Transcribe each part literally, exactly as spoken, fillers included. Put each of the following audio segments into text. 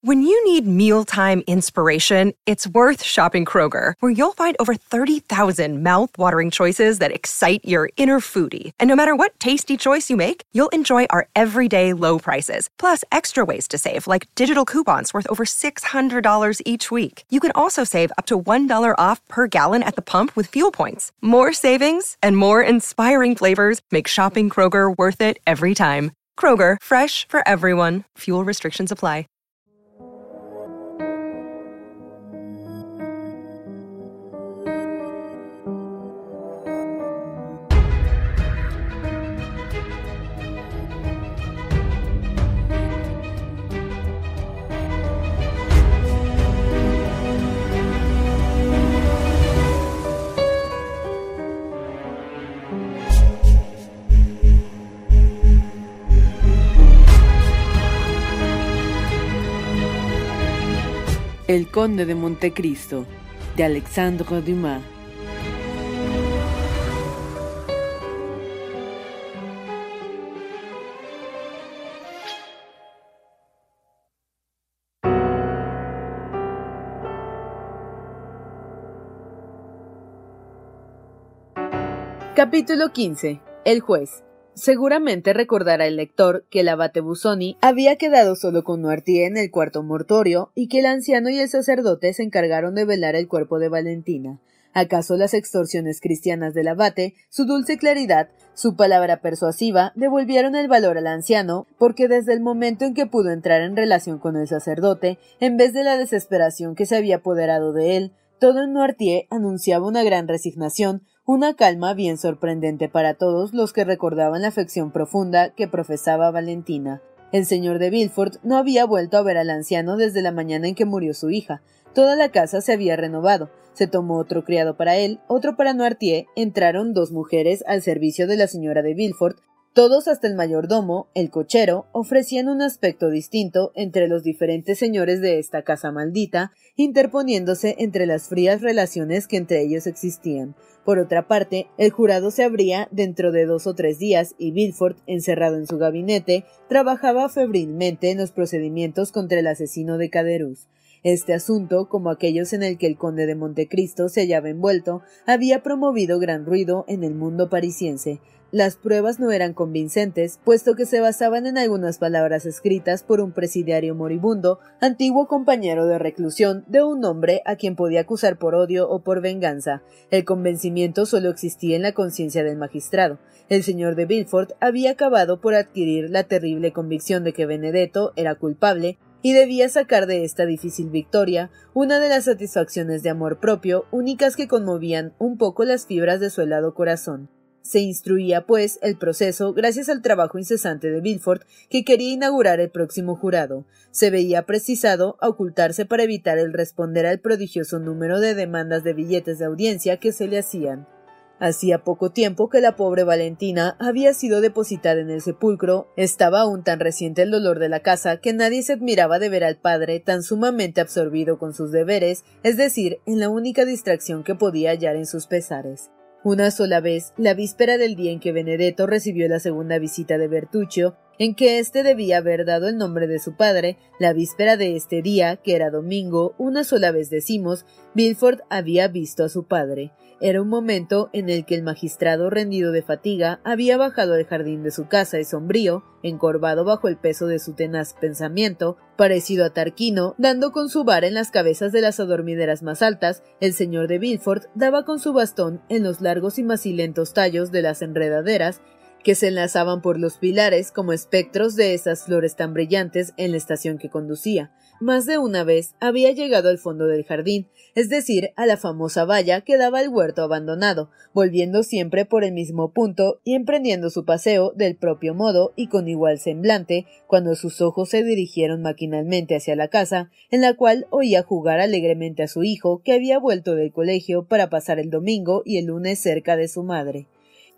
When you need mealtime inspiration, it's worth shopping Kroger, where you'll find over thirty thousand mouth-watering choices that excite your inner foodie. And no matter what tasty choice you make, you'll enjoy our everyday low prices, plus extra ways to save, like digital coupons worth over six hundred dollars each week. You can also save up to one dollar off per gallon at the pump with fuel points. More savings and more inspiring flavors make shopping Kroger worth it every time. Kroger, fresh for everyone. Fuel restrictions apply. El Conde de Montecristo, de Alexandre Dumas. Capítulo quince. El juez. Seguramente recordará el lector que el abate Busoni había quedado solo con Noirtier en el cuarto mortorio y que el anciano y el sacerdote se encargaron de velar el cuerpo de Valentina. ¿Acaso las extorsiones cristianas del abate, su dulce claridad, su palabra persuasiva, devolvieron el valor al anciano, porque desde el momento en que pudo entrar en relación con el sacerdote, en vez de la desesperación que se había apoderado de él, todo en Noirtier anunciaba una gran resignación, una calma bien sorprendente para todos los que recordaban la afección profunda que profesaba Valentina. El señor de Villefort no había vuelto a ver al anciano desde la mañana en que murió su hija. Toda la casa se había renovado. Se tomó otro criado para él, otro para Noirtier, entraron dos mujeres al servicio de la señora de Villefort. Todos hasta el mayordomo, el cochero, ofrecían un aspecto distinto entre los diferentes señores de esta casa maldita, interponiéndose entre las frías relaciones que entre ellos existían. Por otra parte, el jurado se abría dentro de dos o tres días y Villefort, encerrado en su gabinete, trabajaba febrilmente en los procedimientos contra el asesino de Caderousse. Este asunto, como aquellos en el que el conde de Montecristo se hallaba envuelto, había promovido gran ruido en el mundo parisiense. Las pruebas no eran convincentes, puesto que se basaban en algunas palabras escritas por un presidiario moribundo, antiguo compañero de reclusión de un hombre a quien podía acusar por odio o por venganza. El convencimiento solo existía en la conciencia del magistrado. El señor de Villefort había acabado por adquirir la terrible convicción de que Benedetto era culpable y debía sacar de esta difícil victoria una de las satisfacciones de amor propio únicas que conmovían un poco las fibras de su helado corazón. Se instruía, pues, el proceso gracias al trabajo incesante de Villefort, que quería inaugurar el próximo jurado. Se veía precisado a ocultarse para evitar el responder al prodigioso número de demandas de billetes de audiencia que se le hacían. Hacía poco tiempo que la pobre Valentina había sido depositada en el sepulcro, estaba aún tan reciente el dolor de la casa que nadie se admiraba de ver al padre tan sumamente absorbido con sus deberes, es decir, en la única distracción que podía hallar en sus pesares. Una sola vez, la víspera del día en que Benedetto recibió la segunda visita de Bertuccio, en que éste debía haber dado el nombre de su padre, la víspera de este día, que era domingo, una sola vez decimos, Villefort había visto a su padre. Era un momento en el que el magistrado, rendido de fatiga, había bajado al jardín de su casa y sombrío, encorvado bajo el peso de su tenaz pensamiento, parecido a Tarquino, dando con su vara en las cabezas de las adormideras más altas, el señor de Villefort daba con su bastón en los largos y macilentos tallos de las enredaderas que se enlazaban por los pilares como espectros de esas flores tan brillantes en la estación que conducía. Más de una vez había llegado al fondo del jardín, es decir, a la famosa valla que daba al huerto abandonado, volviendo siempre por el mismo punto y emprendiendo su paseo del propio modo y con igual semblante, cuando sus ojos se dirigieron maquinalmente hacia la casa, en la cual oía jugar alegremente a su hijo, que había vuelto del colegio para pasar el domingo y el lunes cerca de su madre.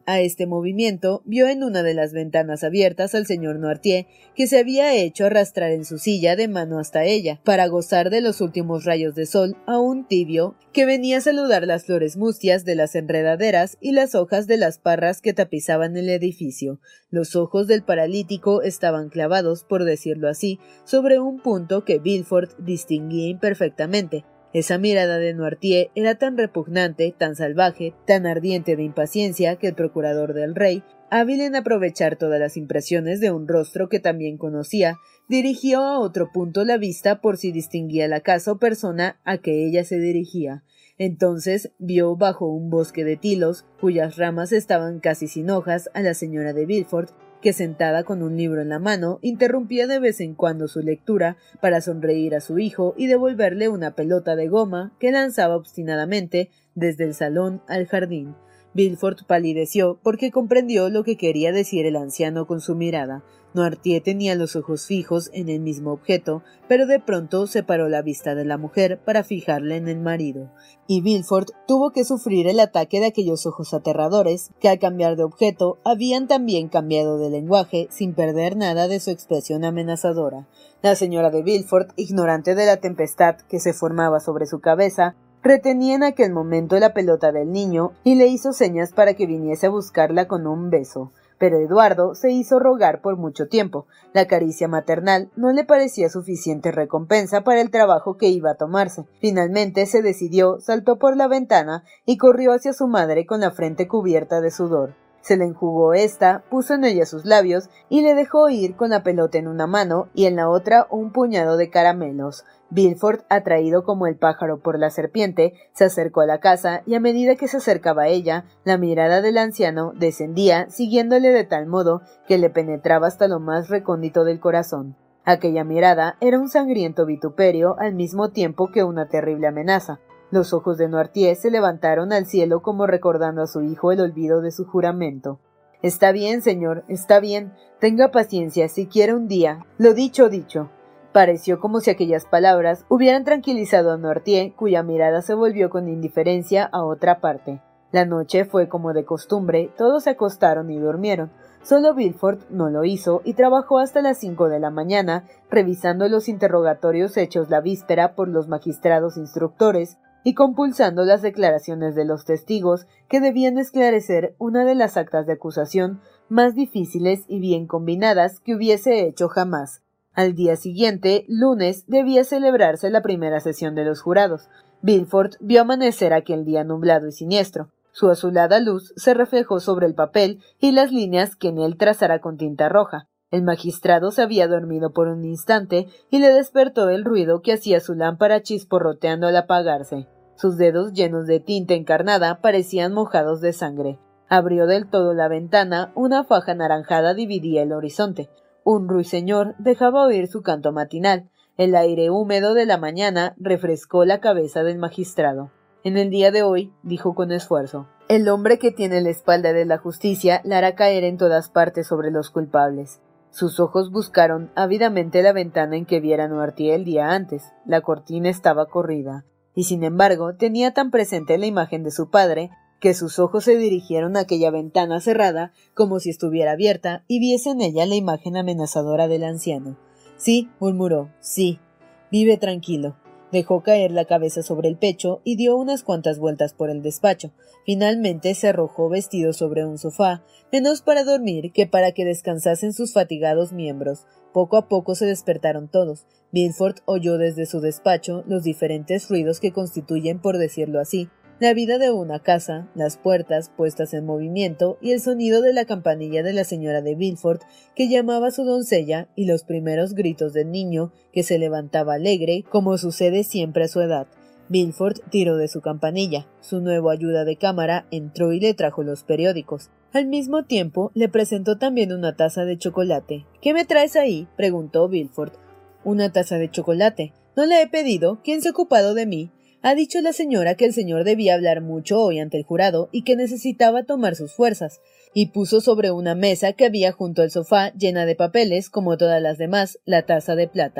A este movimiento vio en una de las ventanas abiertas al señor Noirtier, que se había hecho arrastrar en su silla de mano hasta ella, para gozar de los últimos rayos de sol aún tibio, que venía a saludar las flores mustias de las enredaderas y las hojas de las parras que tapizaban el edificio. Los ojos del paralítico estaban clavados, por decirlo así, sobre un punto que Villefort distinguía imperfectamente. Esa mirada de Noirtier era tan repugnante, tan salvaje, tan ardiente de impaciencia que el procurador del rey, hábil en aprovechar todas las impresiones de un rostro que también conocía, dirigió a otro punto la vista por si distinguía la casa o persona a que ella se dirigía. Entonces vio bajo un bosque de tilos, cuyas ramas estaban casi sin hojas, a la señora de Villefort, que sentada con un libro en la mano, interrumpía de vez en cuando su lectura para sonreír a su hijo y devolverle una pelota de goma que lanzaba obstinadamente desde el salón al jardín. Villefort palideció porque comprendió lo que quería decir el anciano con su mirada. Noirtier tenía los ojos fijos en el mismo objeto, pero de pronto separó la vista de la mujer para fijarla en el marido, y Villefort tuvo que sufrir el ataque de aquellos ojos aterradores, que al cambiar de objeto habían también cambiado de lenguaje sin perder nada de su expresión amenazadora. La señora de Villefort, ignorante de la tempestad que se formaba sobre su cabeza, retenía en aquel momento la pelota del niño y le hizo señas para que viniese a buscarla con un beso. Pero Eduardo se hizo rogar por mucho tiempo. La caricia maternal no le parecía suficiente recompensa para el trabajo que iba a tomarse. Finalmente se decidió, saltó por la ventana y corrió hacia su madre con la frente cubierta de sudor. Se le enjugó ésta, puso en ella sus labios y le dejó ir con la pelota en una mano y en la otra un puñado de caramelos. Villefort, atraído como el pájaro por la serpiente, se acercó a la casa y a medida que se acercaba a ella, la mirada del anciano descendía, siguiéndole de tal modo que le penetraba hasta lo más recóndito del corazón. Aquella mirada era un sangriento vituperio al mismo tiempo que una terrible amenaza. Los ojos de Noirtier se levantaron al cielo como recordando a su hijo el olvido de su juramento. «Está bien, señor, está bien. Tenga paciencia, siquiera un día. Lo dicho, dicho». Pareció como si aquellas palabras hubieran tranquilizado a Noirtier, cuya mirada se volvió con indiferencia a otra parte. La noche fue como de costumbre, todos se acostaron y durmieron. Solo Villefort no lo hizo y trabajó hasta las cinco de la mañana, revisando los interrogatorios hechos la víspera por los magistrados instructores y compulsando las declaraciones de los testigos que debían esclarecer una de las actas de acusación más difíciles y bien combinadas que hubiese hecho jamás. Al día siguiente, lunes, debía celebrarse la primera sesión de los jurados. Villefort vio amanecer aquel día nublado y siniestro. Su azulada luz se reflejó sobre el papel y las líneas que en él trazara con tinta roja. El magistrado se había dormido por un instante y le despertó el ruido que hacía su lámpara chisporroteando al apagarse. Sus dedos llenos de tinta encarnada parecían mojados de sangre. Abrió del todo la ventana, una faja anaranjada dividía el horizonte. Un ruiseñor dejaba oír su canto matinal. El aire húmedo de la mañana refrescó la cabeza del magistrado. En el día de hoy, dijo con esfuerzo, el hombre que tiene la espalda de la justicia la hará caer en todas partes sobre los culpables. Sus ojos buscaron ávidamente la ventana en que viera Noirtier el día antes. La cortina estaba corrida, y sin embargo tenía tan presente la imagen de su padre que sus ojos se dirigieron a aquella ventana cerrada como si estuviera abierta y viese en ella la imagen amenazadora del anciano. Sí, murmuró, sí. Vive tranquilo. Dejó caer la cabeza sobre el pecho y dio unas cuantas vueltas por el despacho. Finalmente se arrojó vestido sobre un sofá, menos para dormir que para que descansasen sus fatigados miembros. Poco a poco se despertaron todos. Villefort oyó desde su despacho los diferentes ruidos que constituyen, por decirlo así, la vida de una casa, las puertas puestas en movimiento y el sonido de la campanilla de la señora de Villefort que llamaba a su doncella y los primeros gritos del niño que se levantaba alegre, como sucede siempre a su edad. Villefort tiró de su campanilla. Su nuevo ayuda de cámara entró y le trajo los periódicos. Al mismo tiempo le presentó también una taza de chocolate. «¿Qué me traes ahí?», preguntó Villefort. «Una taza de chocolate. No la he pedido. ¿Quién se ha ocupado de mí? Ha dicho la señora que el señor debía hablar mucho hoy ante el jurado y que necesitaba tomar sus fuerzas», y puso sobre una mesa que había junto al sofá, llena de papeles, como todas las demás, la taza de plata.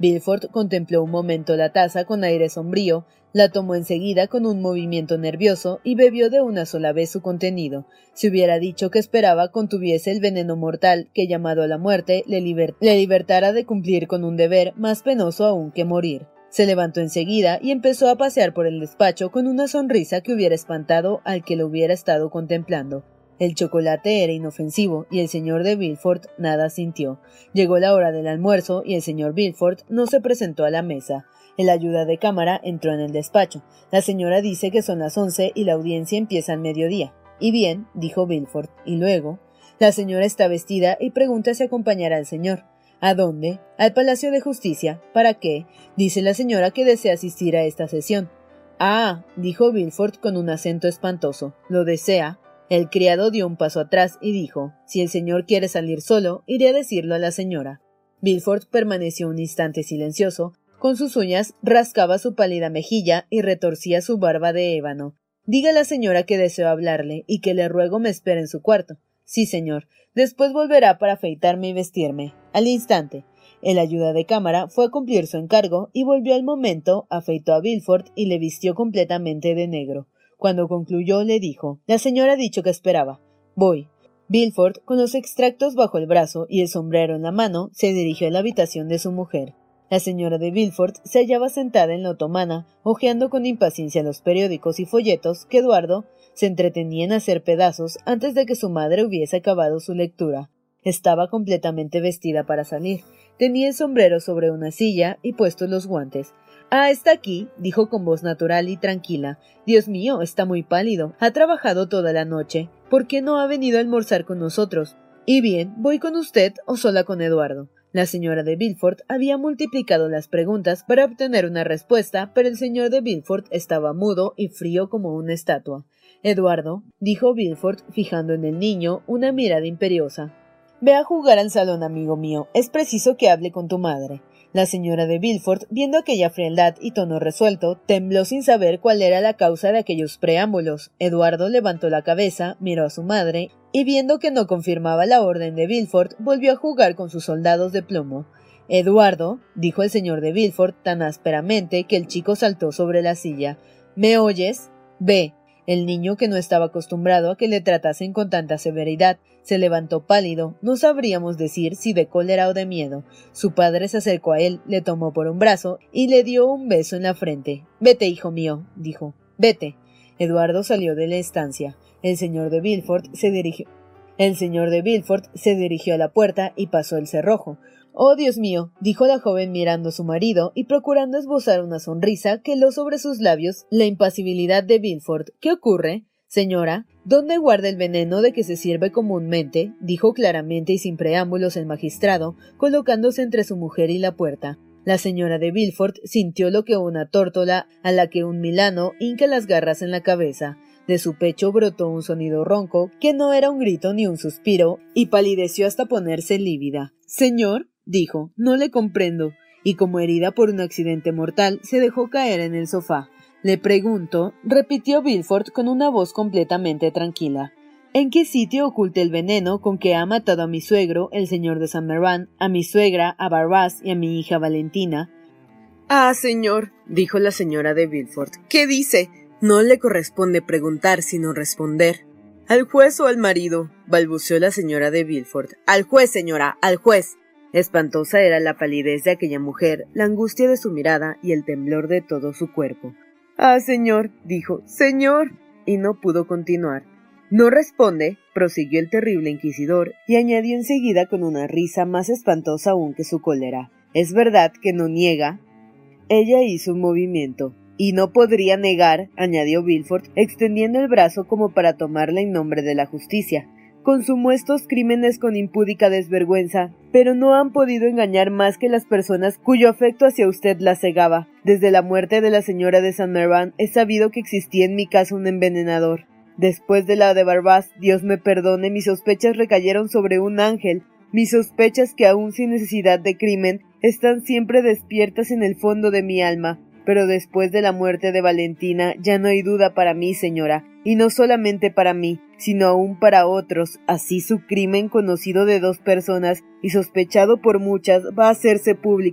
Villefort contempló un momento la taza con aire sombrío, la tomó enseguida con un movimiento nervioso y bebió de una sola vez su contenido. Si hubiera dicho que esperaba contuviese el veneno mortal que, llamado a la muerte, le, liber- le libertara de cumplir con un deber más penoso aún que morir. Se levantó enseguida y empezó a pasear por el despacho con una sonrisa que hubiera espantado al que lo hubiera estado contemplando. El chocolate era inofensivo y el señor de Villefort nada sintió. Llegó la hora del almuerzo y el señor Villefort no se presentó a la mesa. El ayuda de cámara entró en el despacho. La señora dice que son las once y la audiencia empieza al mediodía. Y bien, dijo Villefort, y luego, la señora está vestida y pregunta si acompañará al señor. ¿A dónde? Al Palacio de Justicia. ¿Para qué? Dice la señora que desea asistir a esta sesión. Ah, dijo Villefort con un acento espantoso. ¿Lo desea? El criado dio un paso atrás y dijo, si el señor quiere salir solo, iré a decirlo a la señora. Villefort permaneció un instante silencioso, con sus uñas rascaba su pálida mejilla y retorcía su barba de ébano. Diga a la señora que deseo hablarle y que le ruego me espere en su cuarto. Sí, señor. Después volverá para afeitarme y vestirme. Al instante. El ayuda de cámara fue a cumplir su encargo y volvió al momento, afeitó a Villefort y le vistió completamente de negro. Cuando concluyó, le dijo, la señora ha dicho que esperaba. Voy. Villefort, con los extractos bajo el brazo y el sombrero en la mano, se dirigió a la habitación de su mujer. La señora de Villefort se hallaba sentada en la otomana, hojeando con impaciencia los periódicos y folletos que Eduardo se entretenía en hacer pedazos antes de que su madre hubiese acabado su lectura. Estaba completamente vestida para salir. Tenía el sombrero sobre una silla y puestos los guantes. Ah, está aquí, dijo con voz natural y tranquila. Dios mío, está muy pálido. Ha trabajado toda la noche. ¿Por qué no ha venido a almorzar con nosotros? Y bien, ¿voy con usted o sola con Eduardo? La señora de Villefort había multiplicado las preguntas para obtener una respuesta, pero el señor de Villefort estaba mudo y frío como una estatua. Eduardo, dijo Villefort, fijando en el niño una mirada imperiosa. Ve a jugar al salón, amigo mío. Es preciso que hable con tu madre. La señora de Villefort, viendo aquella frialdad y tono resuelto, tembló sin saber cuál era la causa de aquellos preámbulos. Eduardo levantó la cabeza, miró a su madre, y viendo que no confirmaba la orden de Villefort, volvió a jugar con sus soldados de plomo. Eduardo, dijo el señor de Villefort tan ásperamente que el chico saltó sobre la silla. ¿Me oyes? Ve. El niño, que no estaba acostumbrado a que le tratasen con tanta severidad, se levantó pálido, no sabríamos decir si de cólera o de miedo. Su padre se acercó a él, le tomó por un brazo y le dio un beso en la frente. «Vete, hijo mío», dijo. «Vete». Eduardo salió de la estancia. El señor de Villefort se dirigió. El señor de Villefort se dirigió a la puerta y pasó el cerrojo. «Oh, Dios mío», dijo la joven mirando a su marido y procurando esbozar una sonrisa que heló sobre sus labios la impasibilidad de Villefort. «¿Qué ocurre?» «Señora, ¿dónde guarda el veneno de que se sirve comúnmente?», dijo claramente y sin preámbulos el magistrado, colocándose entre su mujer y la puerta. La señora de Villefort sintió lo que una tórtola a la que un milano hinca las garras en la cabeza. De su pecho brotó un sonido ronco, que no era un grito ni un suspiro, y palideció hasta ponerse lívida. «Señor», dijo, «no le comprendo», y como herida por un accidente mortal, se dejó caer en el sofá. «Le pregunto», repitió Villefort con una voz completamente tranquila, «¿en qué sitio oculta el veneno con que ha matado a mi suegro, el señor de Saint Méran, a mi suegra, a Barras y a mi hija Valentina?» «Ah, señor», dijo la señora de Villefort, «¿qué dice? No le corresponde preguntar, sino responder». «¿Al juez o al marido?», balbuceó la señora de Villefort. «Al juez, señora, al juez». Espantosa era la palidez de aquella mujer, la angustia de su mirada y el temblor de todo su cuerpo. «Ah, señor», dijo, «señor», y no pudo continuar. «¿No responde?», prosiguió el terrible inquisidor, y añadió enseguida con una risa más espantosa aún que su cólera. «¿Es verdad que no niega?». Ella hizo un movimiento. «Y no podría negar», añadió Villefort, extendiendo el brazo como para tomarla en nombre de la justicia. «Consumó estos crímenes con impúdica desvergüenza, pero no han podido engañar más que las personas cuyo afecto hacia usted la cegaba. Desde la muerte de la señora de Saint Méran he sabido que existía en mi casa un envenenador. Después de la de Barras, Dios me perdone, mis sospechas recayeron sobre un ángel, mis sospechas que aún sin necesidad de crimen están siempre despiertas en el fondo de mi alma. Pero después de la muerte de Valentina ya no hay duda para mí, señora, y no solamente para mí, sino aún para otros. Así su crimen, conocido de dos personas y sospechado por muchas, va a hacerse público,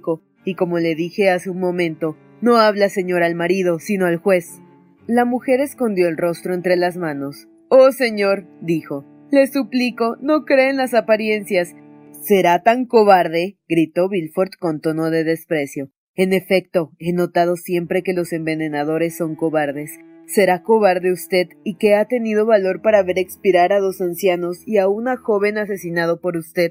y como le dije hace un momento, no habla señor al marido, sino al juez». La mujer escondió el rostro entre las manos. «Oh, señor», dijo, «le suplico, no cree en las apariencias». «¿Será tan cobarde?», gritó Villefort con tono de desprecio. «En efecto, he notado siempre que los envenenadores son cobardes. ¿Será cobarde usted y que ha tenido valor para ver expirar a dos ancianos y a una joven asesinado por usted?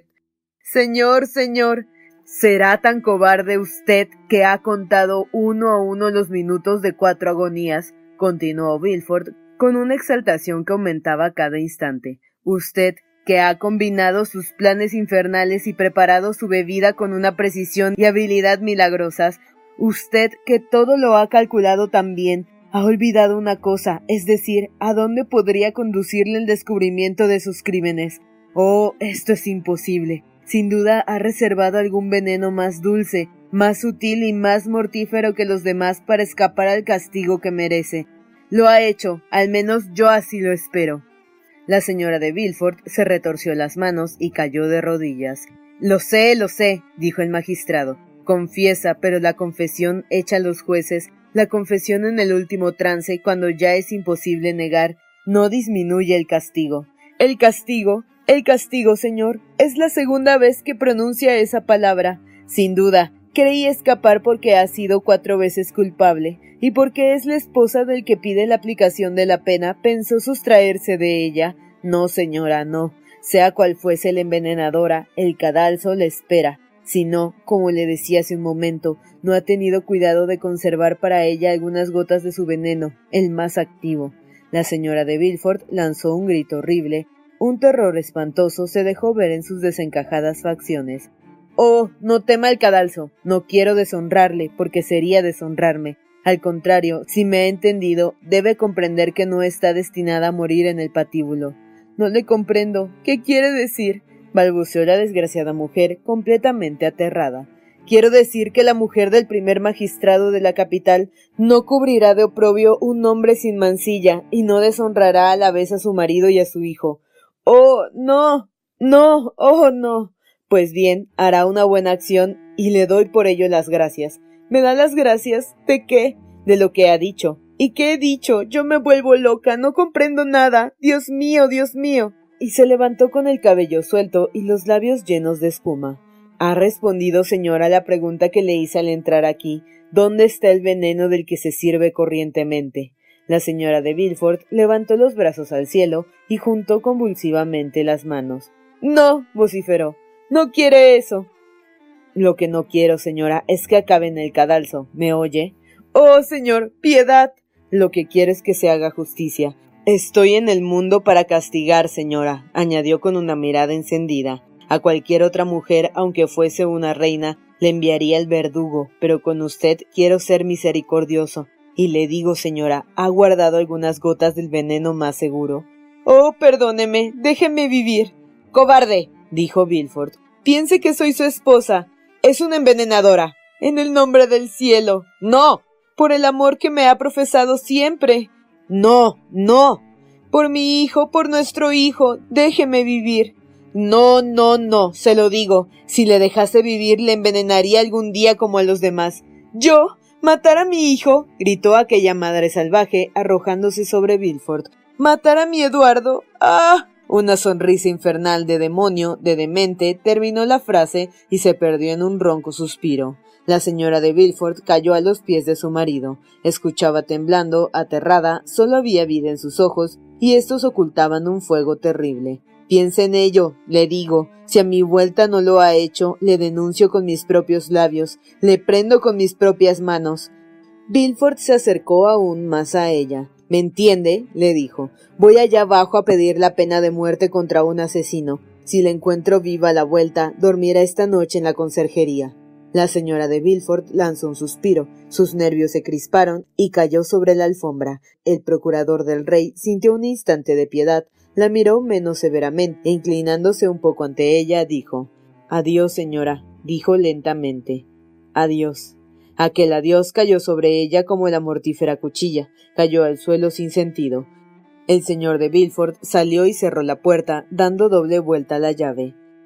Señor, señor, ¿será tan cobarde usted que ha contado uno a uno los minutos de cuatro agonías?», continuó Villefort con una exaltación que aumentaba cada instante. «Usted, que ha combinado sus planes infernales y preparado su bebida con una precisión y habilidad milagrosas, usted, que todo lo ha calculado tan bien, ha olvidado una cosa, es decir, a dónde podría conducirle el descubrimiento de sus crímenes. Oh, esto es imposible. Sin duda ha reservado algún veneno más dulce, más sutil y más mortífero que los demás para escapar al castigo que merece. Lo ha hecho, al menos yo así lo espero». La señora de Villefort se retorció las manos y cayó de rodillas. «Lo sé, lo sé», dijo el magistrado. «Confiesa, pero la confesión hecha a los jueces, la confesión en el último trance, cuando ya es imposible negar, no disminuye el castigo». «El castigo, el castigo, señor, es la segunda vez que pronuncia esa palabra. Sin duda, creí escapar porque ha sido cuatro veces culpable, y porque es la esposa del que pide la aplicación de la pena, pensó sustraerse de ella. No, señora, no. Sea cual fuese la envenenadora, el cadalso le espera. Si no, como le decía hace un momento, no ha tenido cuidado de conservar para ella algunas gotas de su veneno, el más activo». La señora de Villefort lanzó un grito horrible. Un terror espantoso se dejó ver en sus desencajadas facciones. «Oh, no tema el cadalso. No quiero deshonrarle, porque sería deshonrarme. Al contrario, si me ha entendido, debe comprender que no está destinada a morir en el patíbulo». «No le comprendo. ¿Qué quiere decir?», balbuceó la desgraciada mujer, completamente aterrada. «Quiero decir que la mujer del primer magistrado de la capital no cubrirá de oprobio un hombre sin mancilla, y no deshonrará a la vez a su marido y a su hijo». «Oh, no, no, oh, no». «Pues bien, hará una buena acción, y le doy por ello las gracias». «¿Me da las gracias? ¿De qué?». «De lo que ha dicho». «¿Y qué he dicho? Yo me vuelvo loca, no comprendo nada. Dios mío, Dios mío». Y se levantó con el cabello suelto y los labios llenos de espuma. «¿Ha respondido, señora, la pregunta que le hice al entrar aquí? ¿Dónde está el veneno del que se sirve corrientemente?». La señora de Villefort levantó los brazos al cielo y juntó convulsivamente las manos. «No», vociferó, «no quiere eso». «Lo que no quiero, señora, es que acabe en el cadalso. ¿Me oye?». «Oh, señor, piedad». «Lo que quiero es que se haga justicia». «Estoy en el mundo para castigar, señora», añadió con una mirada encendida. «A cualquier otra mujer, aunque fuese una reina, le enviaría el verdugo, pero con usted quiero ser misericordioso. Y le digo, señora, ¿ha guardado algunas gotas del veneno más seguro?». «Oh, perdóneme, déjeme vivir». «Cobarde», dijo Villefort. «Piense que soy su esposa. Es una envenenadora. En el nombre del cielo». «No». «Por el amor que me ha profesado siempre». «No, no». «Por mi hijo, por nuestro hijo, déjeme vivir». «No, no, no, se lo digo. Si le dejase vivir, le envenenaría algún día como a los demás». «¿Yo? ¿Matar a mi hijo?», gritó aquella madre salvaje, arrojándose sobre Villefort. «¿Matar a mi Eduardo? ¡Ah!». Una sonrisa infernal de demonio, de demente, terminó la frase y se perdió en un ronco suspiro. La señora de Villefort cayó a los pies de su marido. Escuchaba temblando, aterrada, solo había vida en sus ojos, y estos ocultaban un fuego terrible. «Piense en ello», le digo. «Si a mi vuelta no lo ha hecho, le denuncio con mis propios labios, le prendo con mis propias manos». Villefort se acercó aún más a ella. «¿Me entiende?», le dijo. «Voy allá abajo a pedir la pena de muerte contra un asesino. Si la encuentro viva a la vuelta, dormirá esta noche en la conserjería». La señora de Villefort lanzó un suspiro, sus nervios se crisparon y cayó sobre la alfombra. El procurador del rey sintió un instante de piedad, la miró menos severamente e inclinándose un poco ante ella, dijo: «Adiós, señora», dijo lentamente. «Adiós». Aquel adiós cayó sobre ella como la mortífera cuchilla, cayó al suelo sin sentido. El señor de Villefort salió y cerró la puerta, dando doble vuelta a la llave.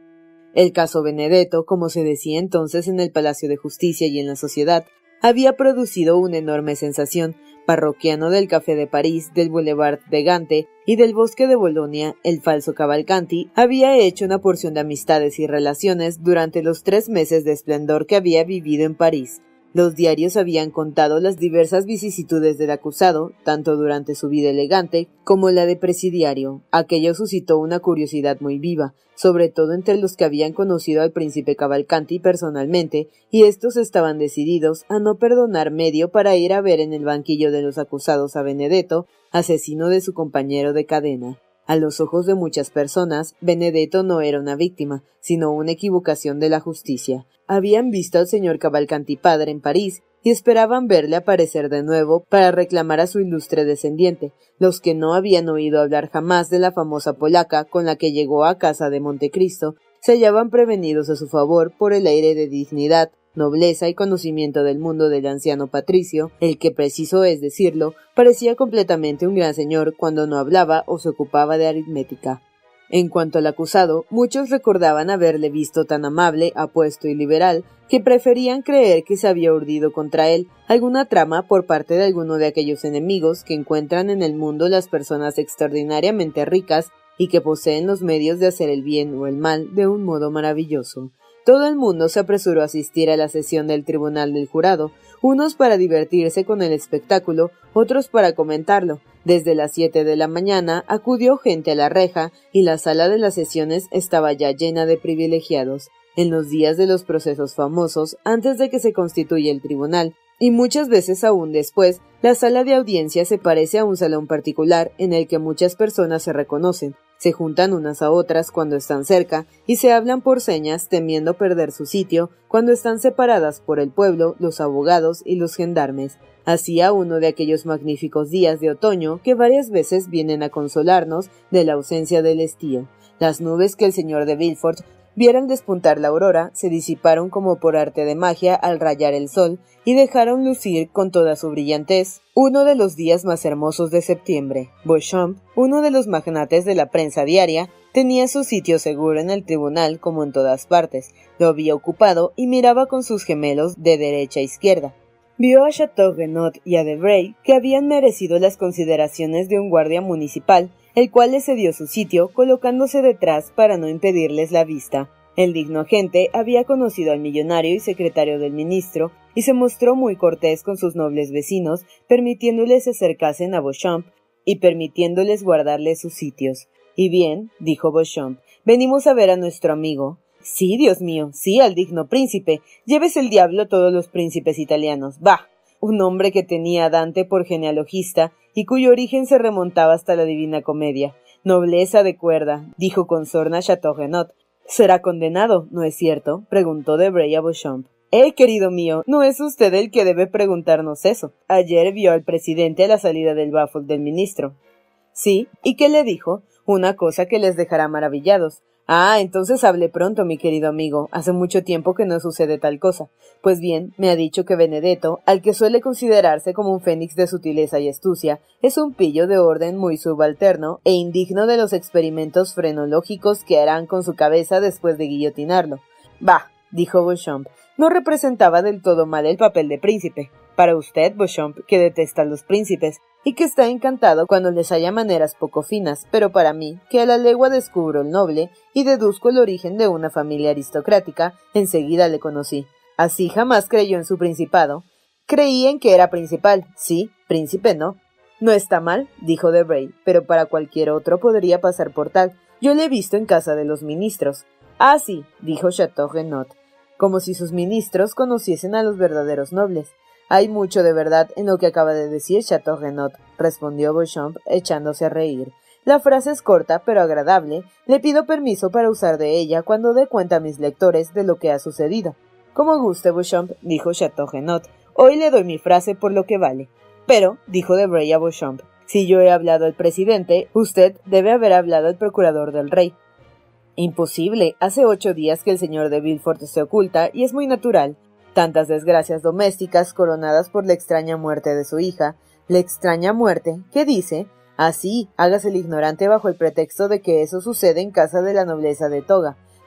El caso Benedetto, como se decía entonces en el Palacio de Justicia y en la sociedad, había producido una enorme sensación. Parroquiano del Café de París, del Boulevard de Gante y del Bosque de Bolonia, el falso Cavalcanti había hecho una porción de amistades y relaciones durante los tres meses de esplendor que había vivido en París. Los diarios habían contado las diversas vicisitudes del acusado, tanto durante su vida elegante como la de presidiario. Aquello suscitó una curiosidad muy viva, sobre todo entre los que habían conocido al príncipe Cavalcanti personalmente, y estos estaban decididos a no perdonar medio para ir a ver en el banquillo de los acusados a Benedetto, asesino de su compañero de cadena. A los ojos de muchas personas, Benedetto no era una víctima, sino una equivocación de la justicia. Habían visto al señor Cavalcanti padre en París y esperaban verle aparecer de nuevo para reclamar a su ilustre descendiente. Los que no habían oído hablar jamás de la famosa polaca con la que llegó a casa de Montecristo se hallaban prevenidos a su favor por el aire de dignidad, nobleza y conocimiento del mundo del anciano patricio, el que, preciso es decirlo, parecía completamente un gran señor cuando no hablaba o se ocupaba de aritmética. En cuanto al acusado, muchos recordaban haberle visto tan amable, apuesto y liberal, que preferían creer que se había urdido contra él alguna trama por parte de alguno de aquellos enemigos que encuentran en el mundo las personas extraordinariamente ricas y que poseen los medios de hacer el bien o el mal de un modo maravilloso. Todo el mundo se apresuró a asistir a la sesión del tribunal del jurado, unos para divertirse con el espectáculo, otros para comentarlo. Desde las siete de la mañana acudió gente a la reja y la sala de las sesiones estaba ya llena de privilegiados. En los días de los procesos famosos, antes de que se constituya el tribunal, y muchas veces aún después, la sala de audiencia se parece a un salón particular en el que muchas personas se reconocen, se juntan unas a otras cuando están cerca y se hablan por señas temiendo perder su sitio cuando están separadas por el pueblo, los abogados y los gendarmes. Hacía uno de aquellos magníficos días de otoño que varias veces vienen a consolarnos de la ausencia del estío. Las nubes que el señor de Villefort vieran despuntar la aurora, se disiparon como por arte de magia al rayar el sol y dejaron lucir con toda su brillantez uno de los días más hermosos de septiembre. Beauchamp, uno de los magnates de la prensa diaria, tenía su sitio seguro en el tribunal como en todas partes. Lo había ocupado y miraba con sus gemelos de derecha a izquierda. Vio a Chateaubriand y a Debray, que habían merecido las consideraciones de un guardia municipal, el cual les cedió su sitio, colocándose detrás para no impedirles la vista. El digno agente había conocido al millonario y secretario del ministro, y se mostró muy cortés con sus nobles vecinos, permitiéndoles se acercasen a Beauchamp y permitiéndoles guardarles sus sitios. «Y bien», dijo Beauchamp, «venimos a ver a nuestro amigo». «Sí, Dios mío, sí, al digno príncipe. Llévese el diablo a todos los príncipes italianos. ¡Bah!». Un hombre que tenía a Dante por genealogista y cuyo origen se remontaba hasta la Divina Comedia. «Nobleza de cuerda», dijo con sorna Chateaubriand. «¿Será condenado, no es cierto?», preguntó Debray a Beauchamp. «Eh, querido mío, no es usted el que debe preguntarnos eso. Ayer vio al presidente a la salida del bafo del ministro». «Sí, ¿y qué le dijo?». «Una cosa que les dejará maravillados». «Ah, entonces hable pronto, mi querido amigo. Hace mucho tiempo que no sucede tal cosa. Pues bien, me ha dicho que Benedetto, al que suele considerarse como un fénix de sutileza y astucia, es un pillo de orden muy subalterno e indigno de los experimentos frenológicos que harán con su cabeza después de guillotinarlo». «Bah», dijo Beauchamp, «no representaba del todo mal el papel de príncipe. Para usted, Beauchamp, que detesta a los príncipes, y que está encantado cuando les haya maneras poco finas, pero para mí, que a la legua descubro el noble y deduzco el origen de una familia aristocrática, enseguida le conocí. Así jamás creyó en su principado. Creí en que era principal, sí, príncipe no». «No está mal», dijo Debray, «pero para cualquier otro podría pasar por tal. Yo le he visto en casa de los ministros». «Ah, sí», dijo Chateaubriand, «como si sus ministros conociesen a los verdaderos nobles». «Hay mucho de verdad en lo que acaba de decir Chateaubriand», respondió Beauchamp, echándose a reír. «La frase es corta, pero agradable. Le pido permiso para usar de ella cuando dé cuenta a mis lectores de lo que ha sucedido». «Como guste, Beauchamp», dijo Chateaubriand. «Hoy le doy mi frase por lo que vale». «Pero», dijo Debray a Beauchamp, «si yo he hablado al presidente, usted debe haber hablado al procurador del rey». «Imposible. Hace ocho días que el señor de Villefort se oculta y es muy natural. Tantas desgracias domésticas coronadas por la extraña muerte de su hija». «¿La extraña muerte? ¿Qué dice?» «Ah, sí, hágase el ignorante bajo el pretexto de que eso sucede en casa de la nobleza de toga.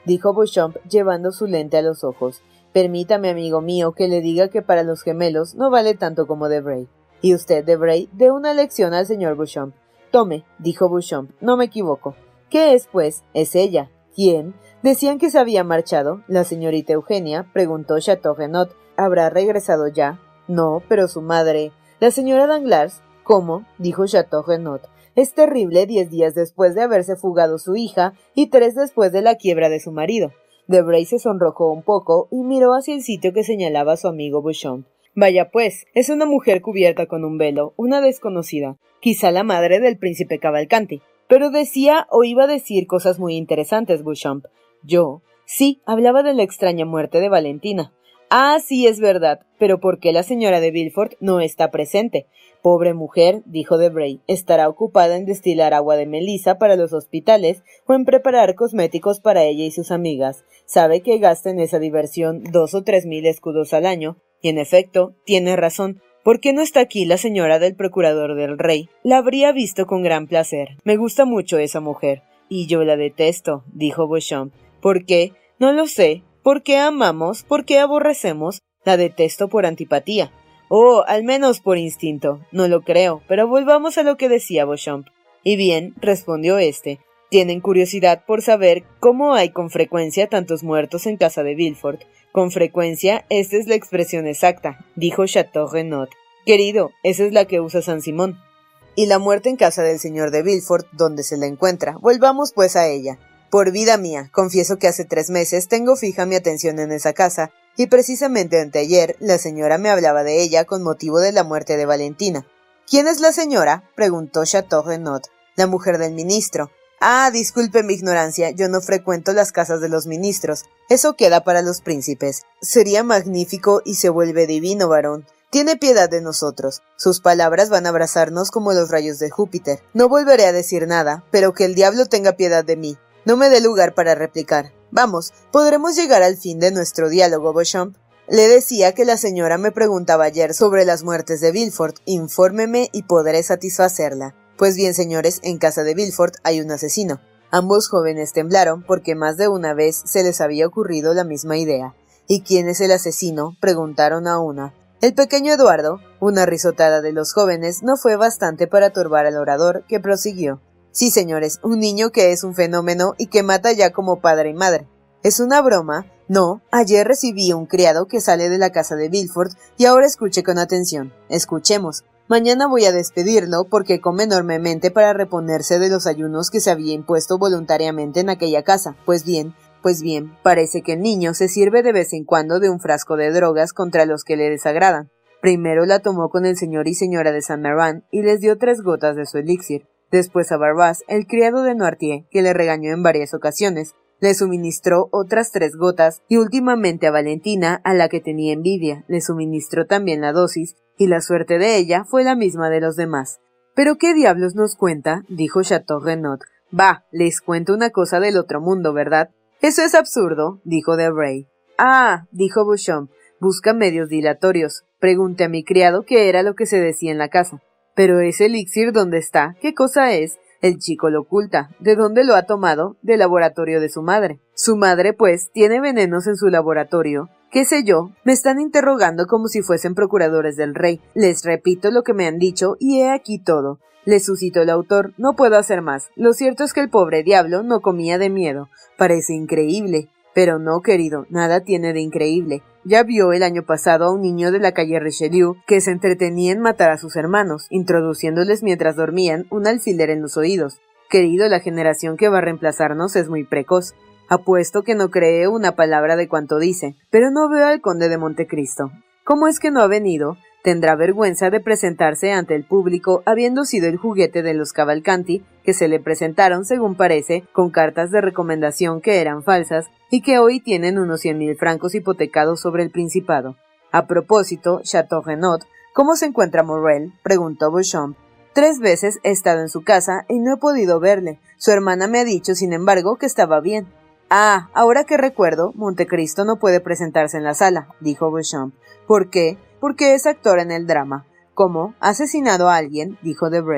dijo Beauchamp llevando su lente a los ojos. Permítame, amigo mío, que le diga que para los gemelos no vale tanto como Debray. Y usted, Debray, dé una lección al señor Beauchamp. Tome, dijo Beauchamp, no me equivoco. ¿Qué es, pues? Es ella. ¿Quién? Decían que se había marchado. La señorita Eugenia, preguntó Chateau Renaud. ¿Habrá regresado ya? No, pero su madre. La señora Danglars. ¿Cómo? Dijo Chateau Renaud. Es terrible diez días después de haberse fugado su hija y tres después de la quiebra de su marido. Debray se sonrojó un poco y miró hacia el sitio que señalaba su amigo Beauchamp. Vaya pues, es una mujer cubierta con un velo, una desconocida, quizá la madre del príncipe Cavalcanti. Pero decía o iba a decir cosas muy interesantes, Beauchamp. Yo, sí, hablaba de la extraña muerte de Valentina. Ah, sí, es verdad, pero ¿por qué la señora de Villefort no está presente? Pobre mujer, dijo Debray, estará ocupada en destilar agua de melisa para los hospitales o en preparar cosméticos para ella y sus amigas. Sabe que gasta en esa diversión dos o tres mil escudos al año, y en efecto, tiene razón. ¿Por qué no está aquí la señora del procurador del rey? La habría visto con gran placer. Me gusta mucho esa mujer. Y yo la detesto, dijo Beauchamp. ¿Por qué? No lo sé. ¿Por qué amamos? ¿Por qué aborrecemos? La detesto por antipatía. Oh, al menos por instinto. No lo creo, pero volvamos a lo que decía Beauchamp. Y bien, respondió éste, tienen curiosidad por saber cómo hay con frecuencia tantos muertos en casa de Villefort. Con frecuencia, esta es la expresión exacta, dijo Chateau Renaud. Querido, esa es la que usa Saint-Simon. Y la muerte en casa del señor de Villefort, donde se la encuentra. Volvamos pues a ella. Por vida mía, confieso que hace tres meses tengo fija mi atención en esa casa, y precisamente anteayer la señora me hablaba de ella con motivo de la muerte de Valentina. ¿Quién es la señora?, preguntó Chateau Renaud. La mujer del ministro. Ah, disculpe mi ignorancia, yo no frecuento las casas de los ministros. Eso queda para los príncipes. Sería magnífico y se vuelve divino, varón. Tiene piedad de nosotros. Sus palabras van a abrazarnos como los rayos de Júpiter. No volveré a decir nada, pero que el diablo tenga piedad de mí. No me dé lugar para replicar. Vamos, podremos llegar al fin de nuestro diálogo, Beauchamp. Le decía que la señora me preguntaba ayer sobre las muertes de Villefort. Infórmeme y podré satisfacerla. Pues bien, señores, en casa de Villefort hay un asesino. Ambos jóvenes temblaron porque más de una vez se les había ocurrido la misma idea. ¿Y quién es el asesino?, preguntaron a una. El pequeño Eduardo. Una risotada de los jóvenes no fue bastante para turbar al orador, que prosiguió. Sí, señores, un niño que es un fenómeno y que mata ya como padre y madre. ¿Es una broma? No, ayer recibí un criado que sale de la casa de Villefort y ahora escuche con atención. Escuchemos. Mañana voy a despedirlo porque come enormemente para reponerse de los ayunos que se había impuesto voluntariamente en aquella casa. Pues bien, pues bien, parece que el niño se sirve de vez en cuando de un frasco de drogas contra los que le desagradan. Primero la tomó con el señor y señora de Saint-Méran y les dio tres gotas de su elixir. Después a Barras, el criado de Noirtier, que le regañó en varias ocasiones, le suministró otras tres gotas y últimamente a Valentina, a la que tenía envidia, le suministró también la dosis, y la suerte de ella fue la misma de los demás. ¿Pero qué diablos nos cuenta?, dijo Chateau Renaud. Bah, les cuento una cosa del otro mundo, ¿verdad? Eso es absurdo, dijo Debray. Ah, dijo Beauchamp, busca medios dilatorios. Pregunté a mi criado qué era lo que se decía en la casa. Pero ese elixir, ¿dónde está? ¿Qué cosa es? El chico lo oculta. ¿De dónde lo ha tomado? Del laboratorio de su madre. Su madre, pues, tiene venenos en su laboratorio. ¿Qué sé yo? Me están interrogando como si fuesen procuradores del rey. Les repito lo que me han dicho y he aquí todo. Les suscitó el autor. No puedo hacer más. Lo cierto es que el pobre diablo no comía de miedo. Parece increíble. Pero no, querido, nada tiene de increíble. Ya vio el año pasado a un niño de la calle Richelieu que se entretenía en matar a sus hermanos, introduciéndoles mientras dormían un alfiler en los oídos. Querido, la generación que va a reemplazarnos es muy precoz. Apuesto que no cree una palabra de cuanto dice, pero no veo al conde de Montecristo. ¿Cómo es que no ha venido? Tendrá vergüenza de presentarse ante el público habiendo sido el juguete de los Cavalcanti, que se le presentaron, según parece, con cartas de recomendación que eran falsas y que hoy tienen unos cien mil francos hipotecados sobre el Principado. A propósito, Chateau Renaud, ¿cómo se encuentra Morrel?, preguntó Beauchamp. Tres veces he estado en su casa y no he podido verle. Su hermana me ha dicho, sin embargo, que estaba bien. Ah, ahora que recuerdo, Montecristo no puede presentarse en la sala, dijo Beauchamp. ¿Por qué? Porque es actor en el drama. ¿Cómo? ¿Ha asesinado a alguien?, dijo Debray.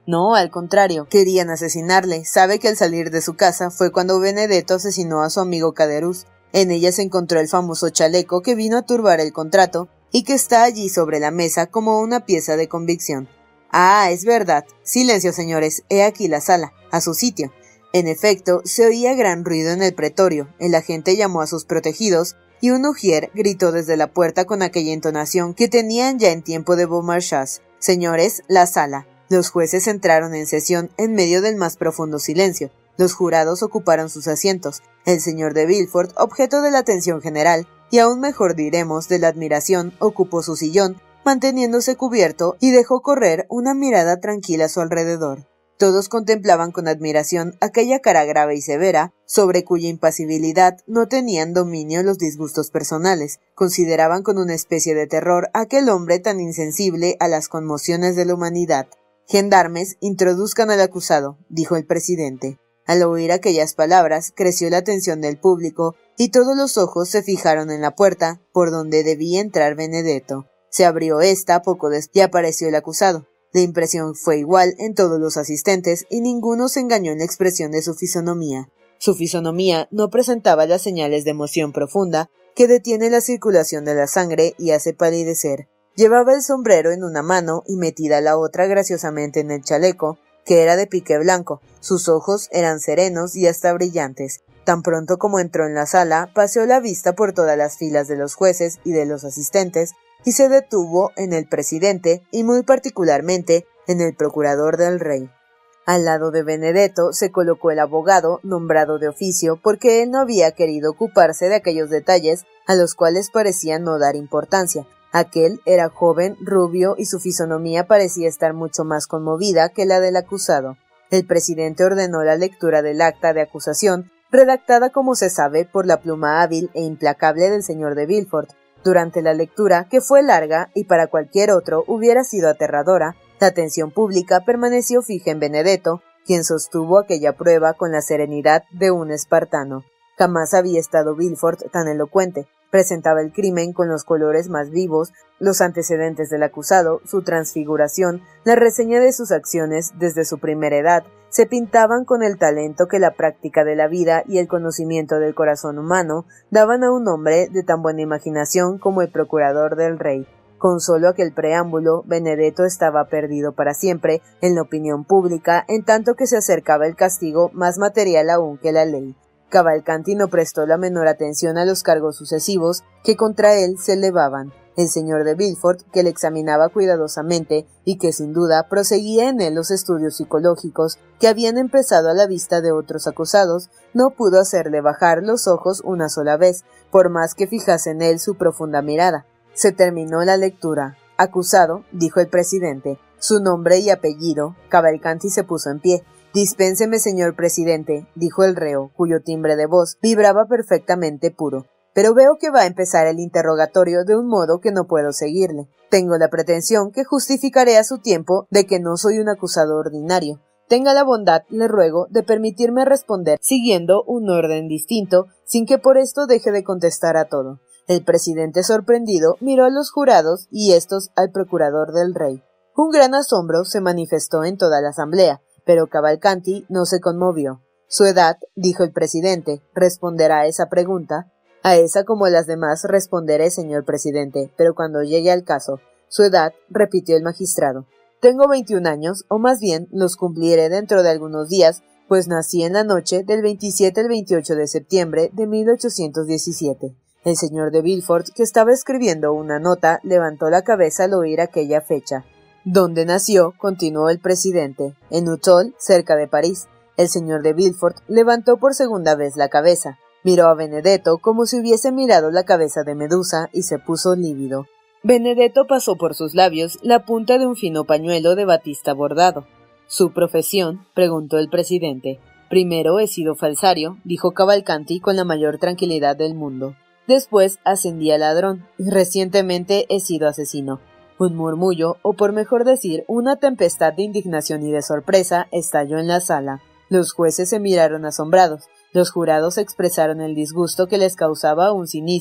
No, al contrario, querían asesinarle. Sabe que al salir de su casa fue cuando Benedetto asesinó a su amigo Caderousse. En ella se encontró el famoso chaleco que vino a turbar el contrato y que está allí sobre la mesa como una pieza de convicción. Ah, es verdad. Silencio, señores. He aquí la sala, a su sitio. En efecto, se oía gran ruido en el pretorio. El agente llamó a sus protegidos y un ujier gritó desde la puerta con aquella entonación que tenían ya en tiempo de Beaumarchais. Señores, la sala. Los jueces entraron en sesión en medio del más profundo silencio. Los jurados ocuparon sus asientos. El señor de Villefort, objeto de la atención general, y aún mejor diremos de la admiración, ocupó su sillón, manteniéndose cubierto, y dejó correr una mirada tranquila a su alrededor. Todos contemplaban con admiración aquella cara grave y severa, sobre cuya impasibilidad no tenían dominio los disgustos personales. Consideraban con una especie de terror a aquel hombre tan insensible a las conmociones de la humanidad. «Gendarmes, introduzcan al acusado», dijo el presidente. Al oír aquellas palabras, creció la atención del público, y todos los ojos se fijaron en la puerta, por donde debía entrar Benedetto. Se abrió esta poco después y apareció el acusado. La impresión fue igual en todos los asistentes, y ninguno se engañó en la expresión de su fisonomía. Su fisonomía no presentaba las señales de emoción profunda que detiene la circulación de la sangre y hace palidecer. Llevaba el sombrero en una mano y metida la otra graciosamente en el chaleco, que era de pique blanco. Sus ojos eran serenos y hasta brillantes. Tan pronto como entró en la sala, paseó la vista por todas las filas de los jueces y de los asistentes, y se detuvo en el presidente y muy particularmente en el procurador del rey. Al lado de Benedetto se colocó el abogado, nombrado de oficio, porque él no había querido ocuparse de aquellos detalles a los cuales parecía no dar importancia. Aquel era joven, rubio, y su fisonomía parecía estar mucho más conmovida que la del acusado. El presidente ordenó la lectura del acta de acusación, redactada como se sabe por la pluma hábil e implacable del señor de Villefort. Durante la lectura, que fue larga y para cualquier otro hubiera sido aterradora, la atención pública permaneció fija en Benedetto, quien sostuvo aquella prueba con la serenidad de un espartano. Jamás había estado Villefort tan elocuente. Presentaba el crimen con los colores más vivos, los antecedentes del acusado, su transfiguración, la reseña de sus acciones desde su primera edad, se pintaban con el talento que la práctica de la vida y el conocimiento del corazón humano daban a un hombre de tan buena imaginación como el procurador del rey. Con solo aquel preámbulo, Benedetto estaba perdido para siempre en la opinión pública, en tanto que se acercaba el castigo más material aún que la ley. Cavalcanti no prestó la menor atención a los cargos sucesivos que contra él se elevaban. El señor de Villefort, que le examinaba cuidadosamente y que sin duda proseguía en él los estudios psicológicos que habían empezado a la vista de otros acusados, no pudo hacerle bajar los ojos una sola vez, por más que fijase en él su profunda mirada. Se terminó la lectura. «Acusado», dijo el presidente, «su nombre y apellido». Cavalcanti se puso en pie. «Dispénseme, señor presidente», dijo el reo, cuyo timbre de voz vibraba perfectamente puro. «Pero veo que va a empezar el interrogatorio de un modo que no puedo seguirle. Tengo la pretensión, que justificaré a su tiempo, de que no soy un acusado ordinario. Tenga la bondad, le ruego, de permitirme responder siguiendo un orden distinto, sin que por esto deje de contestar a todo». El presidente, sorprendido, miró a los jurados y éstos al procurador del rey. Un gran asombro se manifestó en toda la asamblea, pero Cavalcanti no se conmovió. «Su edad», dijo el presidente, «responderá a esa pregunta». «A esa como a las demás responderé, señor presidente, pero cuando llegue al caso». «Su edad», repitió el magistrado. «Tengo veintiún años, o más bien los cumpliré dentro de algunos días, pues nací en la noche del veintisiete al veintiocho de septiembre de mil ochocientos diecisiete. El señor de Villefort, que estaba escribiendo una nota, levantó la cabeza al oír aquella fecha. «¿Dónde nació?», continuó el presidente. «En Uthol, cerca de París». El señor de Villefort levantó por segunda vez la cabeza. Miró a Benedetto como si hubiese mirado la cabeza de Medusa y se puso lívido. Benedetto pasó por sus labios la punta de un fino pañuelo de batista bordado. «¿Su profesión?», preguntó el presidente. «Primero he sido falsario», dijo Cavalcanti con la mayor tranquilidad del mundo. «Después ascendí a ladrón y recientemente he sido asesino». Un murmullo, o por mejor decir, una tempestad de indignación y de sorpresa estalló en la sala. Los jueces se miraron asombrados. Los jurados expresaron el disgusto que les causaba un cinismo